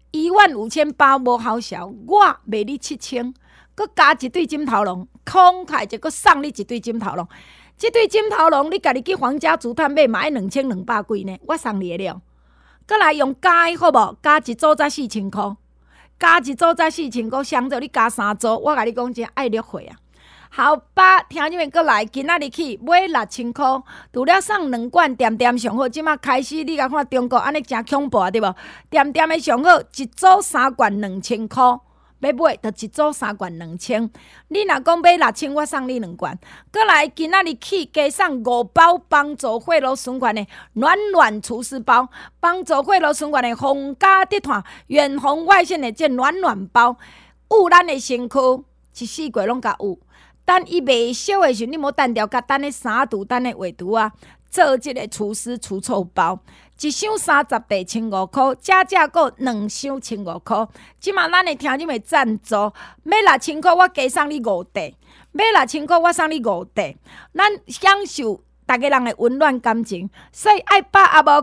S2: ，15800无好笑，我卖你7000，佮加一对枕头笼，慷慨就佮送你一对枕头笼。这对枕头笼你家己去皇家竹炭买嘛要2200几呢，我送你了。佮来用加的好无？加一组才4000块，加一组才4000块，相对你加3组，我甲你讲真爱绿货啊！好吧，听众们，过来，今仔日起买6000块，除了送2罐点上好，即马开始你甲看中国安尼真恐怖啊，对无？点的上好，一组3罐2000块，要买就一组3罐2000。你若讲买6000，我送你2罐。过来，今仔日起加送5包帮助血路循环的暖暖厨师包，帮助血路循环的红加地团远红外线的这暖暖包，捂咱的身躯，一四季拢甲捂。等伊未烧的时候，你无单调甲等咧3度，等咧画图啊，做即个厨师除臭包，一箱30袋1500块，加购2箱1500块。即马咱的听众们赞助，买6000块我加送你5袋，买6000块我送你5袋，咱享受大家人的温暖感情，所以爱把啊无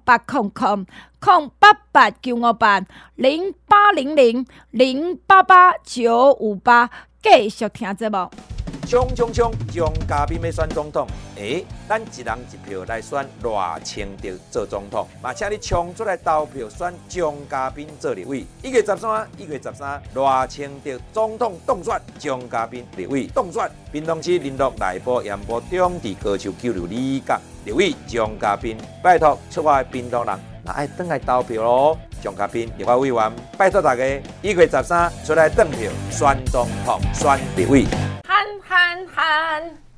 S2: 0800-0800-0888-958，继续听节目。
S5: 冲！蒋嘉宾要选总统，咱一人一票来选赖清德做总统，嘛，请你冲出来投票选蒋嘉宾做立委。1月13，赖清德总统当选，蒋嘉宾立委当选。屏东市林鹿、内埔、盐埔、中治、高树、九如、里角立委蒋嘉宾，拜托出外屏东人，那爱回来投票咯。蒋嘉宾立法委员，拜托大家1月13出来投票选总统、选立委。
S2: 喊！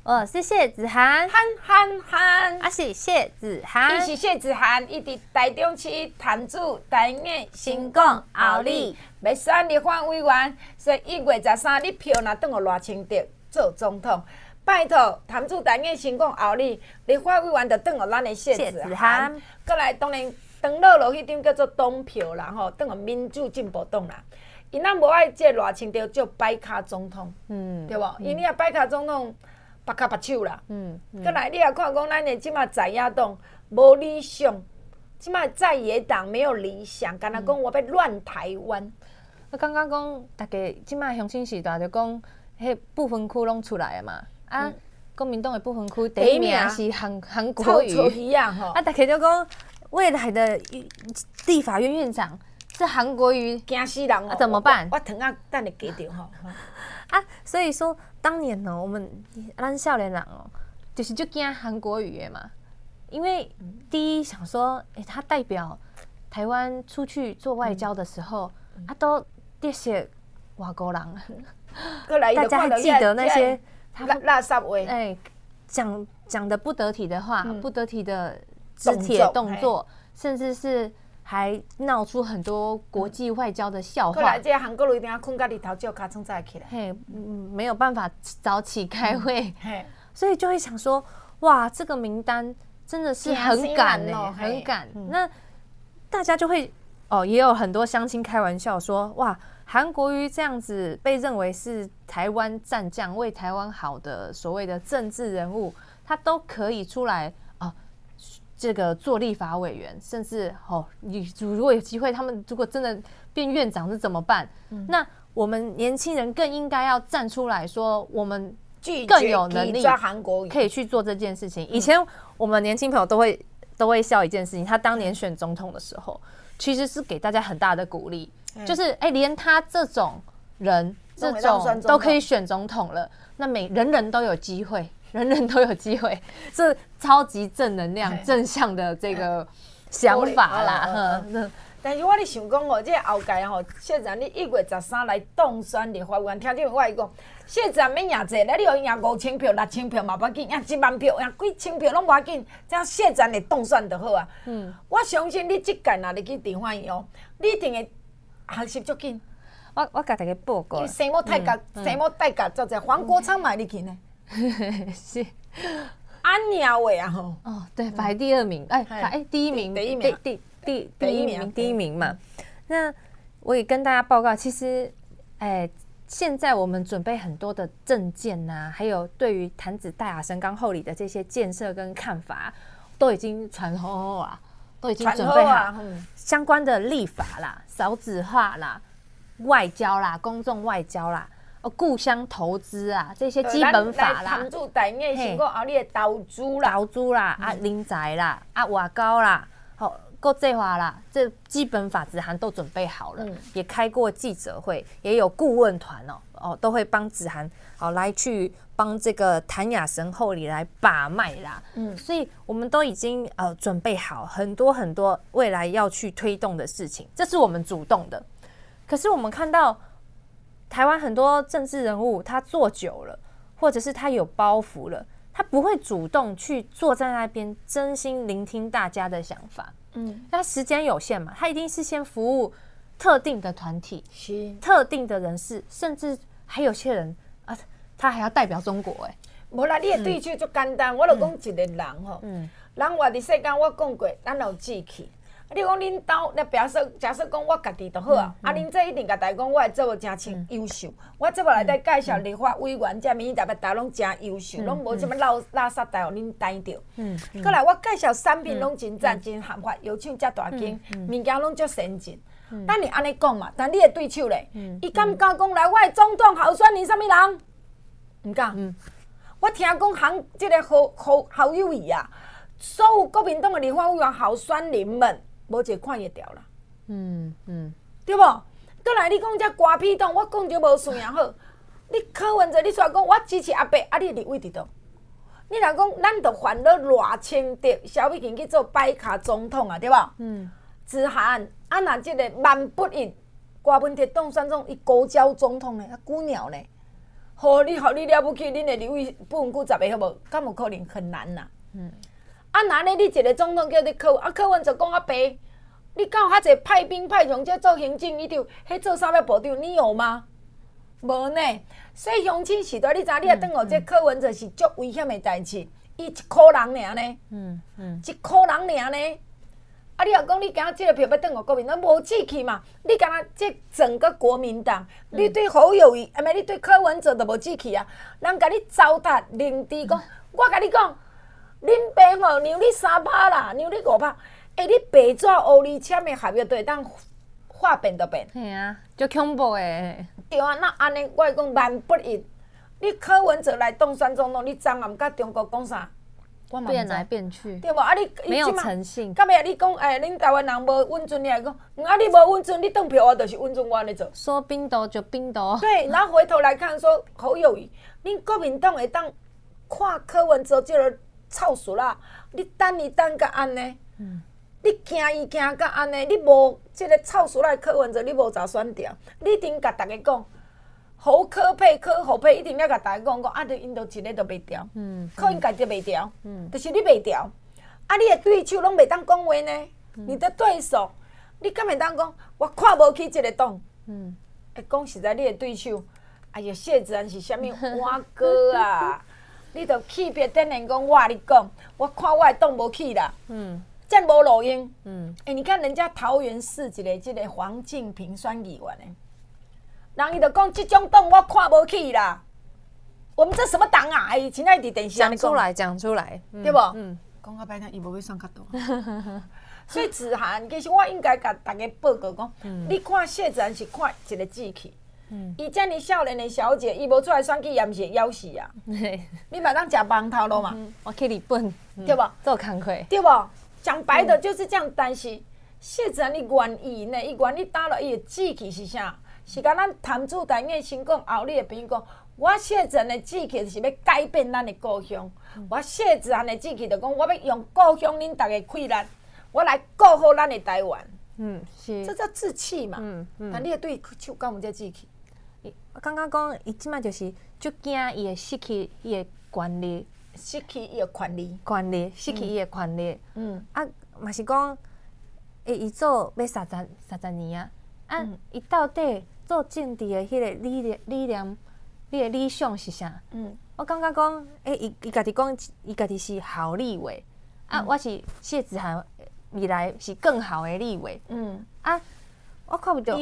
S3: 我是谢子涵，我是谢子涵，
S2: 伊是谢子涵，伊伫台中市潭子台艺成功后里要选立法委员，所以1月13日票若转互赖清德做总统，拜托潭子台艺成功后里立法委员就转互咱的谢子涵，过来当然长乐落迄张叫做东票啦吼，转互民主进步党啦。因咱无爱这赖清德做摆卡总统，对无？因你若摆卡总统。别卡别手啦，过来你也看讲，咱的即马在野党无理想，即马在野党没有理想，敢若讲我要乱台湾。
S3: 我刚刚讲，大家即马乡亲时代就讲，迄不分区拢出来啊嘛，国民党的不分区第一名是韩国瑜
S2: 啊，
S3: 大家就讲未来的立法院院长是韩国瑜，
S2: 惊死人哦！
S3: 怎么办？
S2: 我糖啊，等下加着吼。
S3: 所以说当年呢，我们咱少年人就是就惊韩国瑜的嘛，因为第一想说，他代表台湾出去做外交的时候，都这些外国人，大家还记得那些他
S2: 垃圾话，
S3: 讲的不得体的话，不得体的肢体动作，甚至是。还闹出很多国际外交的笑话。
S2: 后来这韩国瑜一定要困到日头照脚床才起来，
S3: 没有办法早起开会，所以就会想说，哇，这个名单真的是很赶很赶。那大家就会也有很多乡亲开玩笑说，哇，韩国瑜这样子被认为是台湾战将，为台湾好的所谓的政治人物，他都可以出来这个做立法委员，甚至你如果有机会，他们如果真的变院长是怎么办？那我们年轻人更应该要站出来说，我们更有能力可以去做这件事情。以前我们年轻朋友都会笑一件事情，他当年选总统的时候，其实是给大家很大的鼓励，就是连他这种人都可以选总统了，那人人都有机会。人人都有机会，这超级正能量、正向的这个想法啦。
S2: 但是我咧想讲这后届谢展你1月13来当选立法委员，听这我讲，谢展免赢济，你互伊赢5000票、6000票嘛，无要紧，赢1万票、赢几千票拢无要紧，这样谢展会当选就好啊。我相信你这届若入去地方议你一定会学习足紧。
S3: 我甲大家报告，
S2: 生母太监，生母代驾做者，黄国昌嘛入去呢。
S3: 是
S2: 安鸟伟啊吼
S3: 对，排第2名，第一名嘛。那我也跟大家报告，其实现在我们准备很多的政见呐，还有对于潭子大雅神冈后里的这些建设跟看法，都已经传好啊，都已经准备好相关的立法啦、少子化啦、外交啦、公众外交啦。故乡投资啊，这些基本法啦，
S2: 潭子台艺成功后你的投资啦，
S3: 人才啦，外交啦，国际化啦，这基本法子涵都准备好了，也开过记者会，也有顾问团都会帮子涵来去帮这个潭雅神后里来把脉啦，所以我们都已经准备好很多很多未来要去推动的事情，这是我们主动的。可是我们看到。台湾很多政治人物，他做久了，或者是他有包袱了，他不会主动去坐在那边，真心聆听大家的想法。他时间有限嘛，他一定是先服务特定的团体、特定的人士，甚至还有些人他还要代表中国。
S2: 无啦，你的对手足简单，我就讲一个人人活伫世间，我讲过，咱有志气。你讲恁兜，假设讲我家己就好啊，恁这一定甲大家讲，我的节目真优秀。我节目内底介绍立法委员，这民意代表大家拢真优秀，拢无什么垃圾袋互恁逮着。过来我介绍产品拢真赞、真合法，药厂遮大间，物件拢足先进。咱是安尼讲嘛，但你的对手咧，伊敢毋敢讲来我的总统候选人啥物人？毋敢。我听讲这个好友谊啊，所有国民党的立法委员候选人们。无一个看会掉啦，对无？过来你讲这瓜皮党，我讲就无算也好。你考完者，你出来讲我支持阿伯，你立委伫倒？你若讲咱着烦恼赖清德、萧美琴去做摆卡总统啊，对无？子涵若这个万不一，郭文哲当选总，伊高招总统呢，啊姑鸟呢？ 互你了不起，恁的立委不稳固10个好无？敢有可能？很难呐。啊，那呢？你一个总统叫你柯文哲讲啊白，你敢有遐济派兵派将这做行政，伊就迄做啥物部长？你有吗？无呢。所以乡亲时代，你知影？你也当互这柯文哲是足危险的代志。伊一箍人尔呢，一箍人尔呢。啊，你若讲你今仔这个票要当互国民党，无志气嘛？你敢若这整个国民党，你对侯友宜，你对柯文哲都无志气啊？人甲你糟蹋凌迟讲，我甲你讲。恁爸吼，让你3%啦，让你5%，你白纸黑字签的合约都会当化变就变。
S3: 系啊，足恐怖诶。
S2: 对啊，那安尼我会讲万不一。你柯文哲来当选总统，你昨暗甲中国讲啥？我嘛
S3: 变来变去，
S2: 对无？啊，你
S3: 没有诚信。
S2: 到尾你讲恁台湾人无稳准，你来讲，啊，你无稳准，你当票我就是稳准我安尼做。
S3: 说冰斗就冰斗。
S2: 对，然后回头来看说侯友宜，恁国民党会当看柯文哲这个。臭死啦！你等伊等甲安尼，你惊伊惊甲安尼，你无即个臭死啦柯文哲，你无早选掉，你一定甲大家讲，侯柯配柯侯配，一定要甲大家讲啊，因都一个都袂调，柯因家己袂调，就是你袂调，啊，你的对手拢袂当讲话呢，你的对手，你敢会当讲，我看无起即个党，会讲实在，你的对手，哎呀，谢子安是啥物蛙哥啊？你著气别等人讲，我你讲，我看我的党无去啦，这无路用。你看人家桃园市一个黄敬平选议员的，人伊著讲，这种党我看无去啦。我们这什么党啊？伊现在伫电视上
S3: 讲出来，
S2: 对无？讲到摆呢，伊无要选较多。所以子涵，其实我应该甲大家报告讲，你看谢子涵是看一个志气。伊遮尔少年的小姐，伊无出来选举，也毋是会枵死啊！你嘛当食饭头路嘛？
S3: 我去日本，
S2: 对无？
S3: 做工课，
S2: 对无？讲白的就是这样。但是谢子涵，你愿意呢？伊愿意打落伊的志气是啥？是甲咱谈主台面先讲后，你的朋友讲，我谢子涵的志气是要改变咱的故乡。我谢子涵的志气就讲，我要用故乡恁大家气力，我来顾好咱的台湾。
S3: 是。
S2: 这叫志气嘛？但你的对手敢有这志气？
S3: 我感觉讲，伊即摆就是足惊，伊会失去伊的权利，
S2: 失去伊的权利，
S3: 失去伊的权利。嘛是讲，伊做要30年啊，伊到底做政治的迄个理念，你的理想是啥？我感觉讲，伊家己讲，伊家己是好立委，我是谢子涵，未来是更好的立委。我看不到，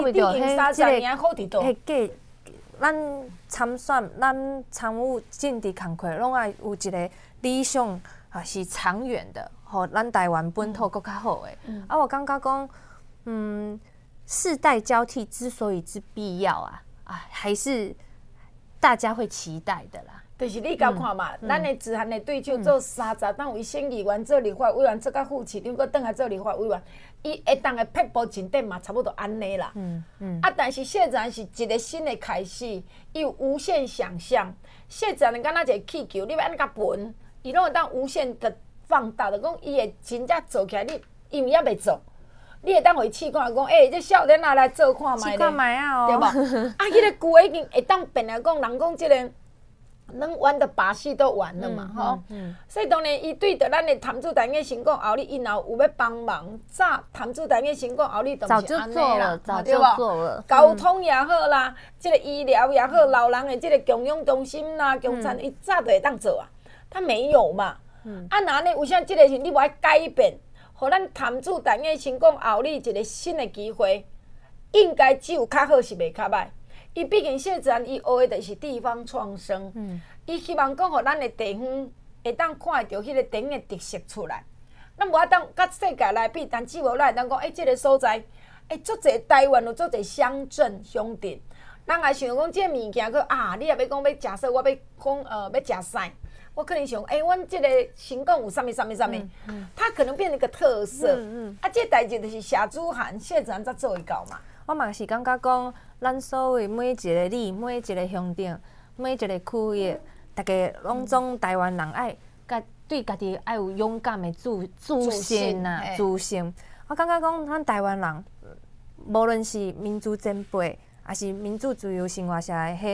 S3: 迄个，咱参选，咱参与政治工作，拢爱有一个理想，是长远的，互咱台湾本土更较好诶。我感觉讲，世代交替之所以之必要还是大家会期待的啦。
S2: 就是你甲看嘛，咱的子涵的对手做30当为县议员、做立法委员、做到副市长，搁转来做立法委员，伊会当的撇步前进嘛，差不多安尼啦。但是谢子涵是一个新的开始，伊有无限想象。谢子涵敢若一个气球，你要安尼甲分，伊拢会当无限的放大，就讲伊会真正做起来，你因为也袂做，你会当互伊试看，讲这少年来做看卖咧，对无？迄个句已经会当变来讲，人讲即个。能玩的把戏都玩了嘛，吼，所以当然，伊对着咱的谈主台嘅成功后，你因后有要帮忙，早谈主台嘅成功后，你
S3: 早就做了，早就做了。
S2: 交通也好啦，这个医疗也好，老人的这个供养中心啦、供餐，伊早就会当做啊。他没有嘛，那呢，为啥这个是你无爱改变？互咱谈主台嘅成功后，你一个新的机会，应该只有较好是袂较歹。伊毕竟谢子涵，伊学的就是地方创生。伊希望讲，互咱的地方会当看得到迄个地方的特色出来。咱无法当甲世界来比，但只无咱会当讲，这个所在，足侪台湾有足侪乡镇乡镇，咱也想讲，这个物件你也要讲要食说，我要讲要食啥？我可能想，阮这个成功有啥物，它可能变成一个特色。这代志就是谢子涵才做会到嘛。
S3: 我嘛是感觉讲，咱所有每一个里、每一个乡镇、每一个区域，大家拢总台湾人爱对家己爱有勇敢的自信呐，自信。我感觉讲，咱台湾人，无论是民主前辈，还是民主自由生活下来，迄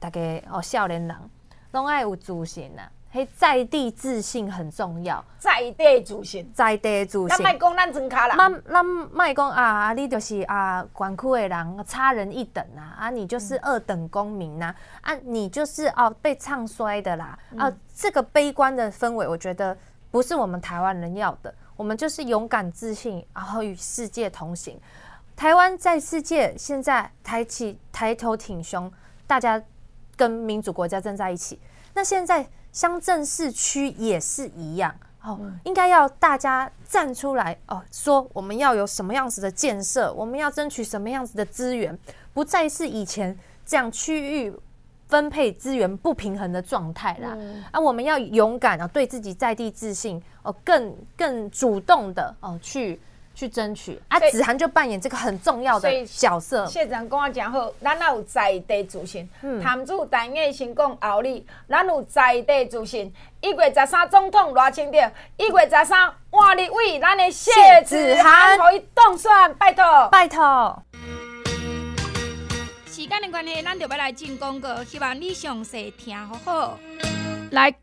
S3: 大家少年人拢爱有自信啊。迄在地自信很重要，
S2: 在地自信，
S3: 在地自信。
S2: 咱莫讲咱庄脚人，
S3: 咱莫讲啊，你就是管区的人，差人一等啊，你就是二等公民呐，你就是被唱衰的啦，这个悲观的氛围，我觉得不是我们台湾人要的。我们就是勇敢自信，然后与世界同行。台湾在世界现在抬头挺胸，大家跟民主国家站在一起。那现在乡镇市区也是一样，应该要大家站出来说我们要有什么样子的建设，我们要争取什么样子的资源，不再是以前这样区域分配资源不平衡的状态啦。我们要勇敢对自己在地自信更主动的去争取子涵就扮演这个很重要的角色。
S2: 谢长讲得真好，咱也有在地自信。潭子陈雅先讲后里，咱有在地自信。1月13总统热清着，1月13换立委，咱的谢子涵，互伊当选，拜托，
S3: 拜托。
S2: 时间的关系，咱就要来进广告，希望你详细听好好。来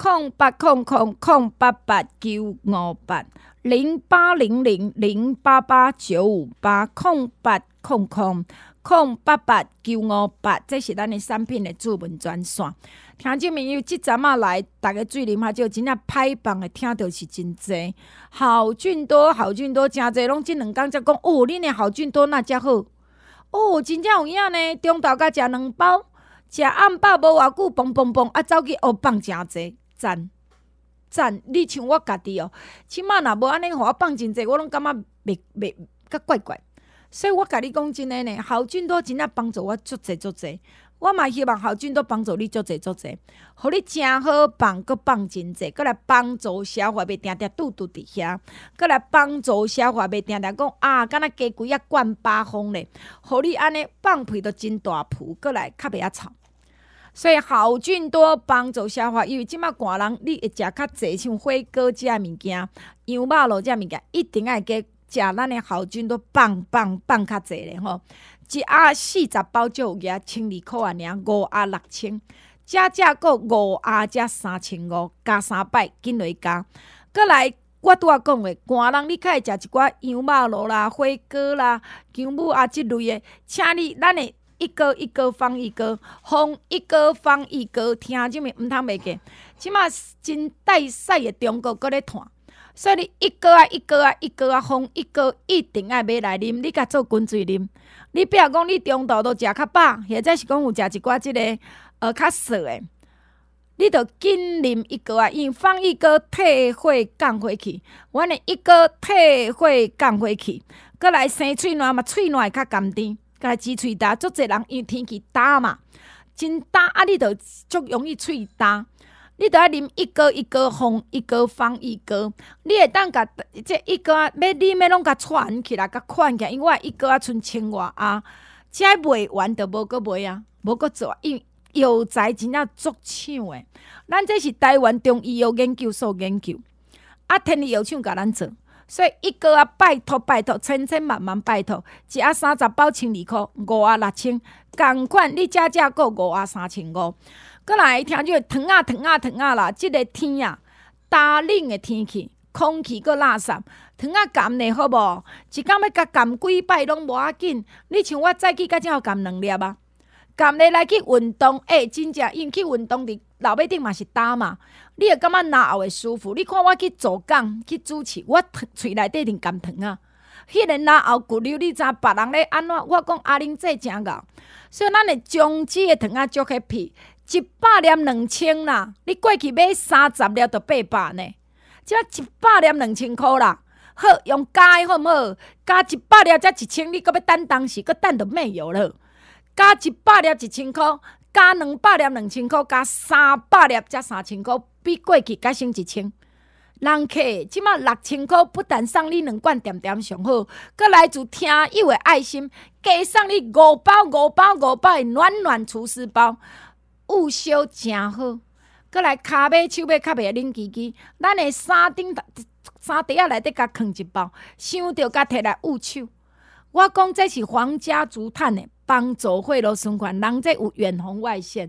S2: 0800088958。0800088958，0800088958，这是咱的产品的主文专线。听众朋友，即阵仔来，大家水啉较少，真正歹棒的听到是真济。好菌多，真济，拢即2天才讲恁的好菌多那遮好。真正有影呢，中昼甲食2包，食暗饱无偌久，蹦，走去放真济，赞！你像我家己即摆若无安尼，互我放真济，我拢感觉袂甲怪怪。所以我甲你讲真诶呢，好菌多真正帮助我足济。我嘛希望好菌多帮助你足济，互你真好放，搁放真济，搁来帮助消化，袂定定肚伫遐，搁来帮助消化，袂定定讲敢若鸡龟灌8风咧，互你安尼放屁都真大噗，搁来较袂臭。所以好菌多帮助消化，因为即摆寒人你会食较济，像火锅这物件、羊肉炉这物件，一定爱加食咱的好菌多放较济咧吼。一盒40包就有额，1200块啊，尔5盒6000，加个5盒加3500，加3摆紧落加。搁来，我拄仔讲的，寒人你较会食一寡羊肉炉啦、火锅啦、姜母即类的，请你咱的。一哥放一哥，放一哥放一哥，听什么毋通袂记。即马真带赛的中国搁咧传，所以你一哥放一哥一定爱买来啉，你甲做滚水啉。你比如讲你中昼都食较饱，或者是讲有食一寡即个较涩的，你着紧啉一哥因为放一哥退火降火气，阮的一哥退火降火气，搁来生喙暖嘛，喙暖会较甘甜。甲支喙焦，足侪人因为天气焦嘛，真焦你着足容易喙焦。你着爱啉一哥放一哥放一哥，你会当甲这一哥要啉要拢甲串起来，甲款起来，因为我一哥剩1000外啊，这卖完着无搁卖啊，无搁做，因为药材真正足抢诶。咱这是台湾中医药研究所研究，天理药厂甲咱做。所以一个拜托，千万拜托，一盒30包12块，5盒6000，同款你加个5盒3500。搁来听就糖啊啦！即个天啊，大冷的天气，空气搁垃圾，糖啊含咧好无？一工要甲含几摆拢无要紧。你像我早起甲才有含2粒啊，含咧来去运动，真正因去运动伫楼尾顶嘛是焦嘛。你会感觉哪后会舒服？你看我去做工去主持，我喙内底定甘糖啊！迄个哪后骨溜，你知别人咧安怎？我讲阿玲这真熬，所以咱的中脂的糖啊足 happy， 100粒2000啦，你过去买30粒就800呢，即摆100粒2000块啦。好，用加的好毋好？加100粒才1000，你搁要等当时，搁等就没有了。加100粒1000块，加200粒2000块，加300粒才3000块。比过去加省1000，人客即马6000块，不但送你2罐点点上好，搁来自听友的爱心，加送你5包的暖厨师包，有烧真好。搁来骹尾手尾较袂冷叽叽，咱的衫底仔内底甲放1包，想着甲摕来捂手。我讲这是皇家竹炭的，帮助血路循环，人这有远红外线。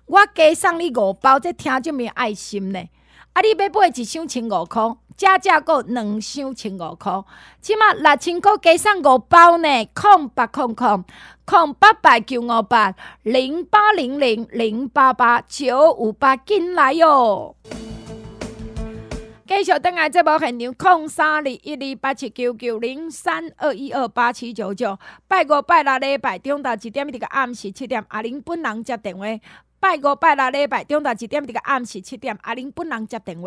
S2: 我加送你5包，这听就没有爱心呢。啊，你要买1箱1,500块，加个2箱1,500块，起码6000块加送5包呢。0800-958-0800-088-958，紧来哟！继续登来节目现场，032128799032128799，拜5拜6礼拜中昼1点一直到暗时7点，阿玲本人接电话。拜5拜6礼拜中昼1点一直到暗时7点，阿玲本人接电话。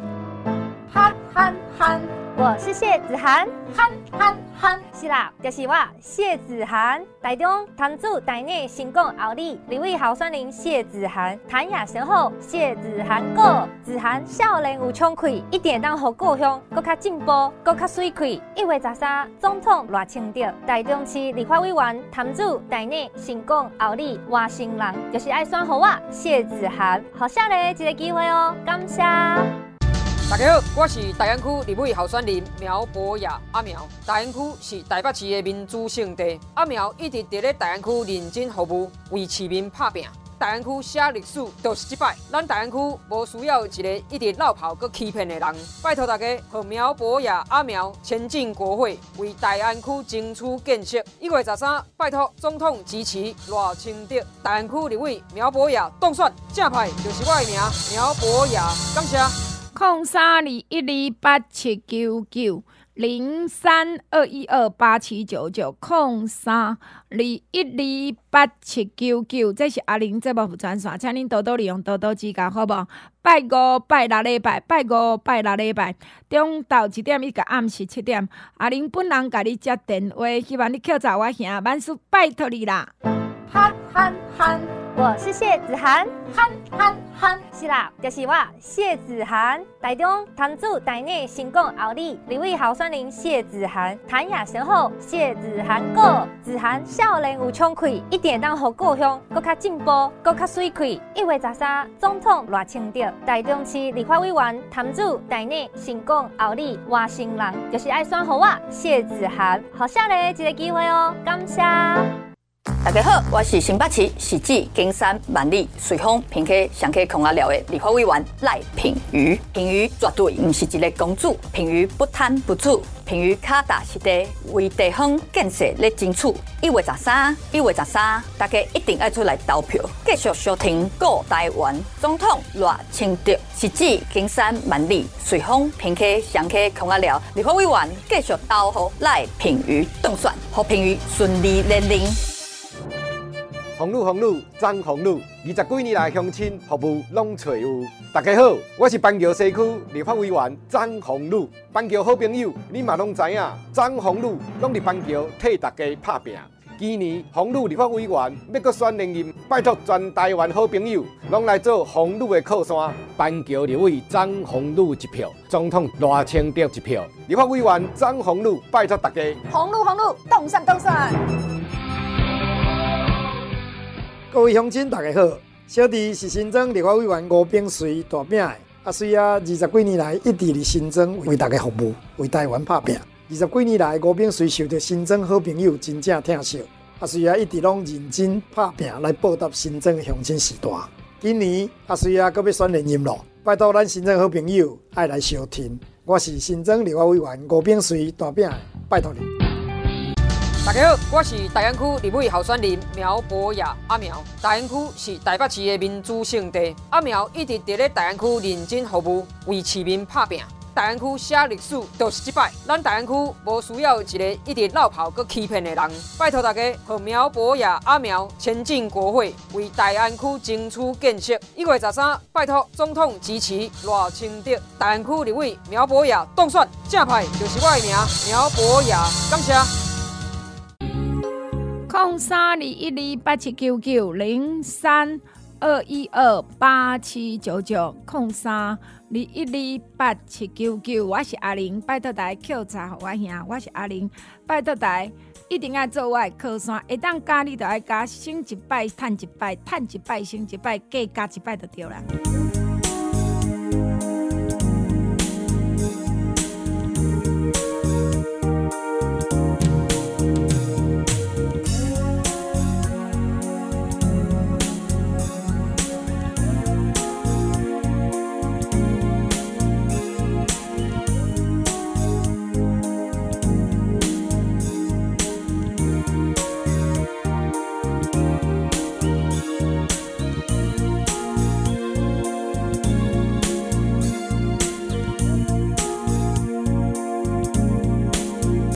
S3: 憨，我是谢子涵，憨，是啦，就是我谢子涵。台中潭子台内成功后里2位候选人谢子涵，谭雅神后谢子涵过，子涵少年有冲气，一定当互故乡搁较进步，搁较水气。1月13总统热清着，台中市立法委员潭子台内成功后里外省人，就是爱选互我谢子涵，好下咧一个机会哦，感谢。
S6: 大家好，我是大安区立委候选人苗博雅阿苗。大安区是台北市的民主圣地，阿苗一直伫咧大安区认真服务，为市民拍拼。大安区写历史就是这摆，咱大安区无需要一个一直落跑佮欺骗的人。拜托大家，和苗博雅阿苗前进国会，为大安区争取建设。1月13，拜托总统支持赖清德。大安区立委苗博雅当选，正派就是我的名苗博雅，感谢。
S2: 03212879903221287999，这是阿玲节目副专线，请恁多多利用，多多指教，好无？拜5拜6礼拜，拜5拜6礼拜，中昼1点一直到暗时7点，阿玲本人甲你接电话，希望你扣查我兄，万事拜托你啦！
S3: 憨，我是谢子涵，憨，是啦，就是我谢子涵。台中潭子台内成功后里2位候选人谢子涵，谭雅神后谢子涵过，子涵少年有冲气，一定当互故乡搁较进步，搁较水气。1月13总统热清着，台中市立法委员潭子台内成功后里外省人，就是爱选互我谢子涵，好下咧一个机会哦，感谢。
S7: 大家好，我是新北市汐止、金山、万里、瑞丰、平溪、上溪、孔阿寮的立法委员赖品妤。品妤绝对不是一个公主，品妤不贪不醋，品妤脚踏实地为地方建设咧争取。1月13，大家一定要出来投票，继续收听顾台湾总统赖清德。汐止、金山、万里、瑞丰、平溪、上溪、孔阿寮立法委员继续投予赖品妤当选，让品妤顺利连任。
S8: 红路，张红路，20几年来乡亲服务拢找有。大家好，我是板桥西区立法委员张红路。板桥好朋友，你嘛拢知影，张红路拢伫板桥替大家拍拼。今年红路立法委员要阁选连任，拜托全台湾好朋友拢来做红路的靠山。板桥立委张红路1票，总统赖清德1票，立法委员张红路，拜托大家。
S2: 红路，动算。
S9: 各位乡亲，大家好，小弟是新庄立法委员吴炳随大饼的，虽然20几年来一直伫新庄为大家服务，为台湾拍拼。20几年来，吴炳随受到新庄好朋友真正疼惜，虽然一直拢认真拍拼来报答新庄的乡亲时代。今年虽然阁要选连任咯，拜托咱新庄好朋友爱来相挺。我是新庄立法委员吴炳随大饼的，拜托你。
S6: 大家好，我是大安区立委候选人苗博雅阿苗。大安区是台北市的民主圣地，阿苗一直伫咧大安区认真服务，为市民拍拼。大安区写历史就是这摆，咱大安区无需要一个一直落跑佮欺骗的人。拜托大家，和苗博雅阿苗前进国会，为大安区争取建设。1月13，拜托总统支持赖清德。大安区立委苗博雅当选，正派就是我的名苗博雅，感谢。
S2: 03212879903221287999，我是阿玲，拜托大家扣查互我兄，我是阿玲，拜托大家一定要做我的靠山，会当加你就爱加，省一摆趁一摆，趁一摆省一摆，加一摆就对啦。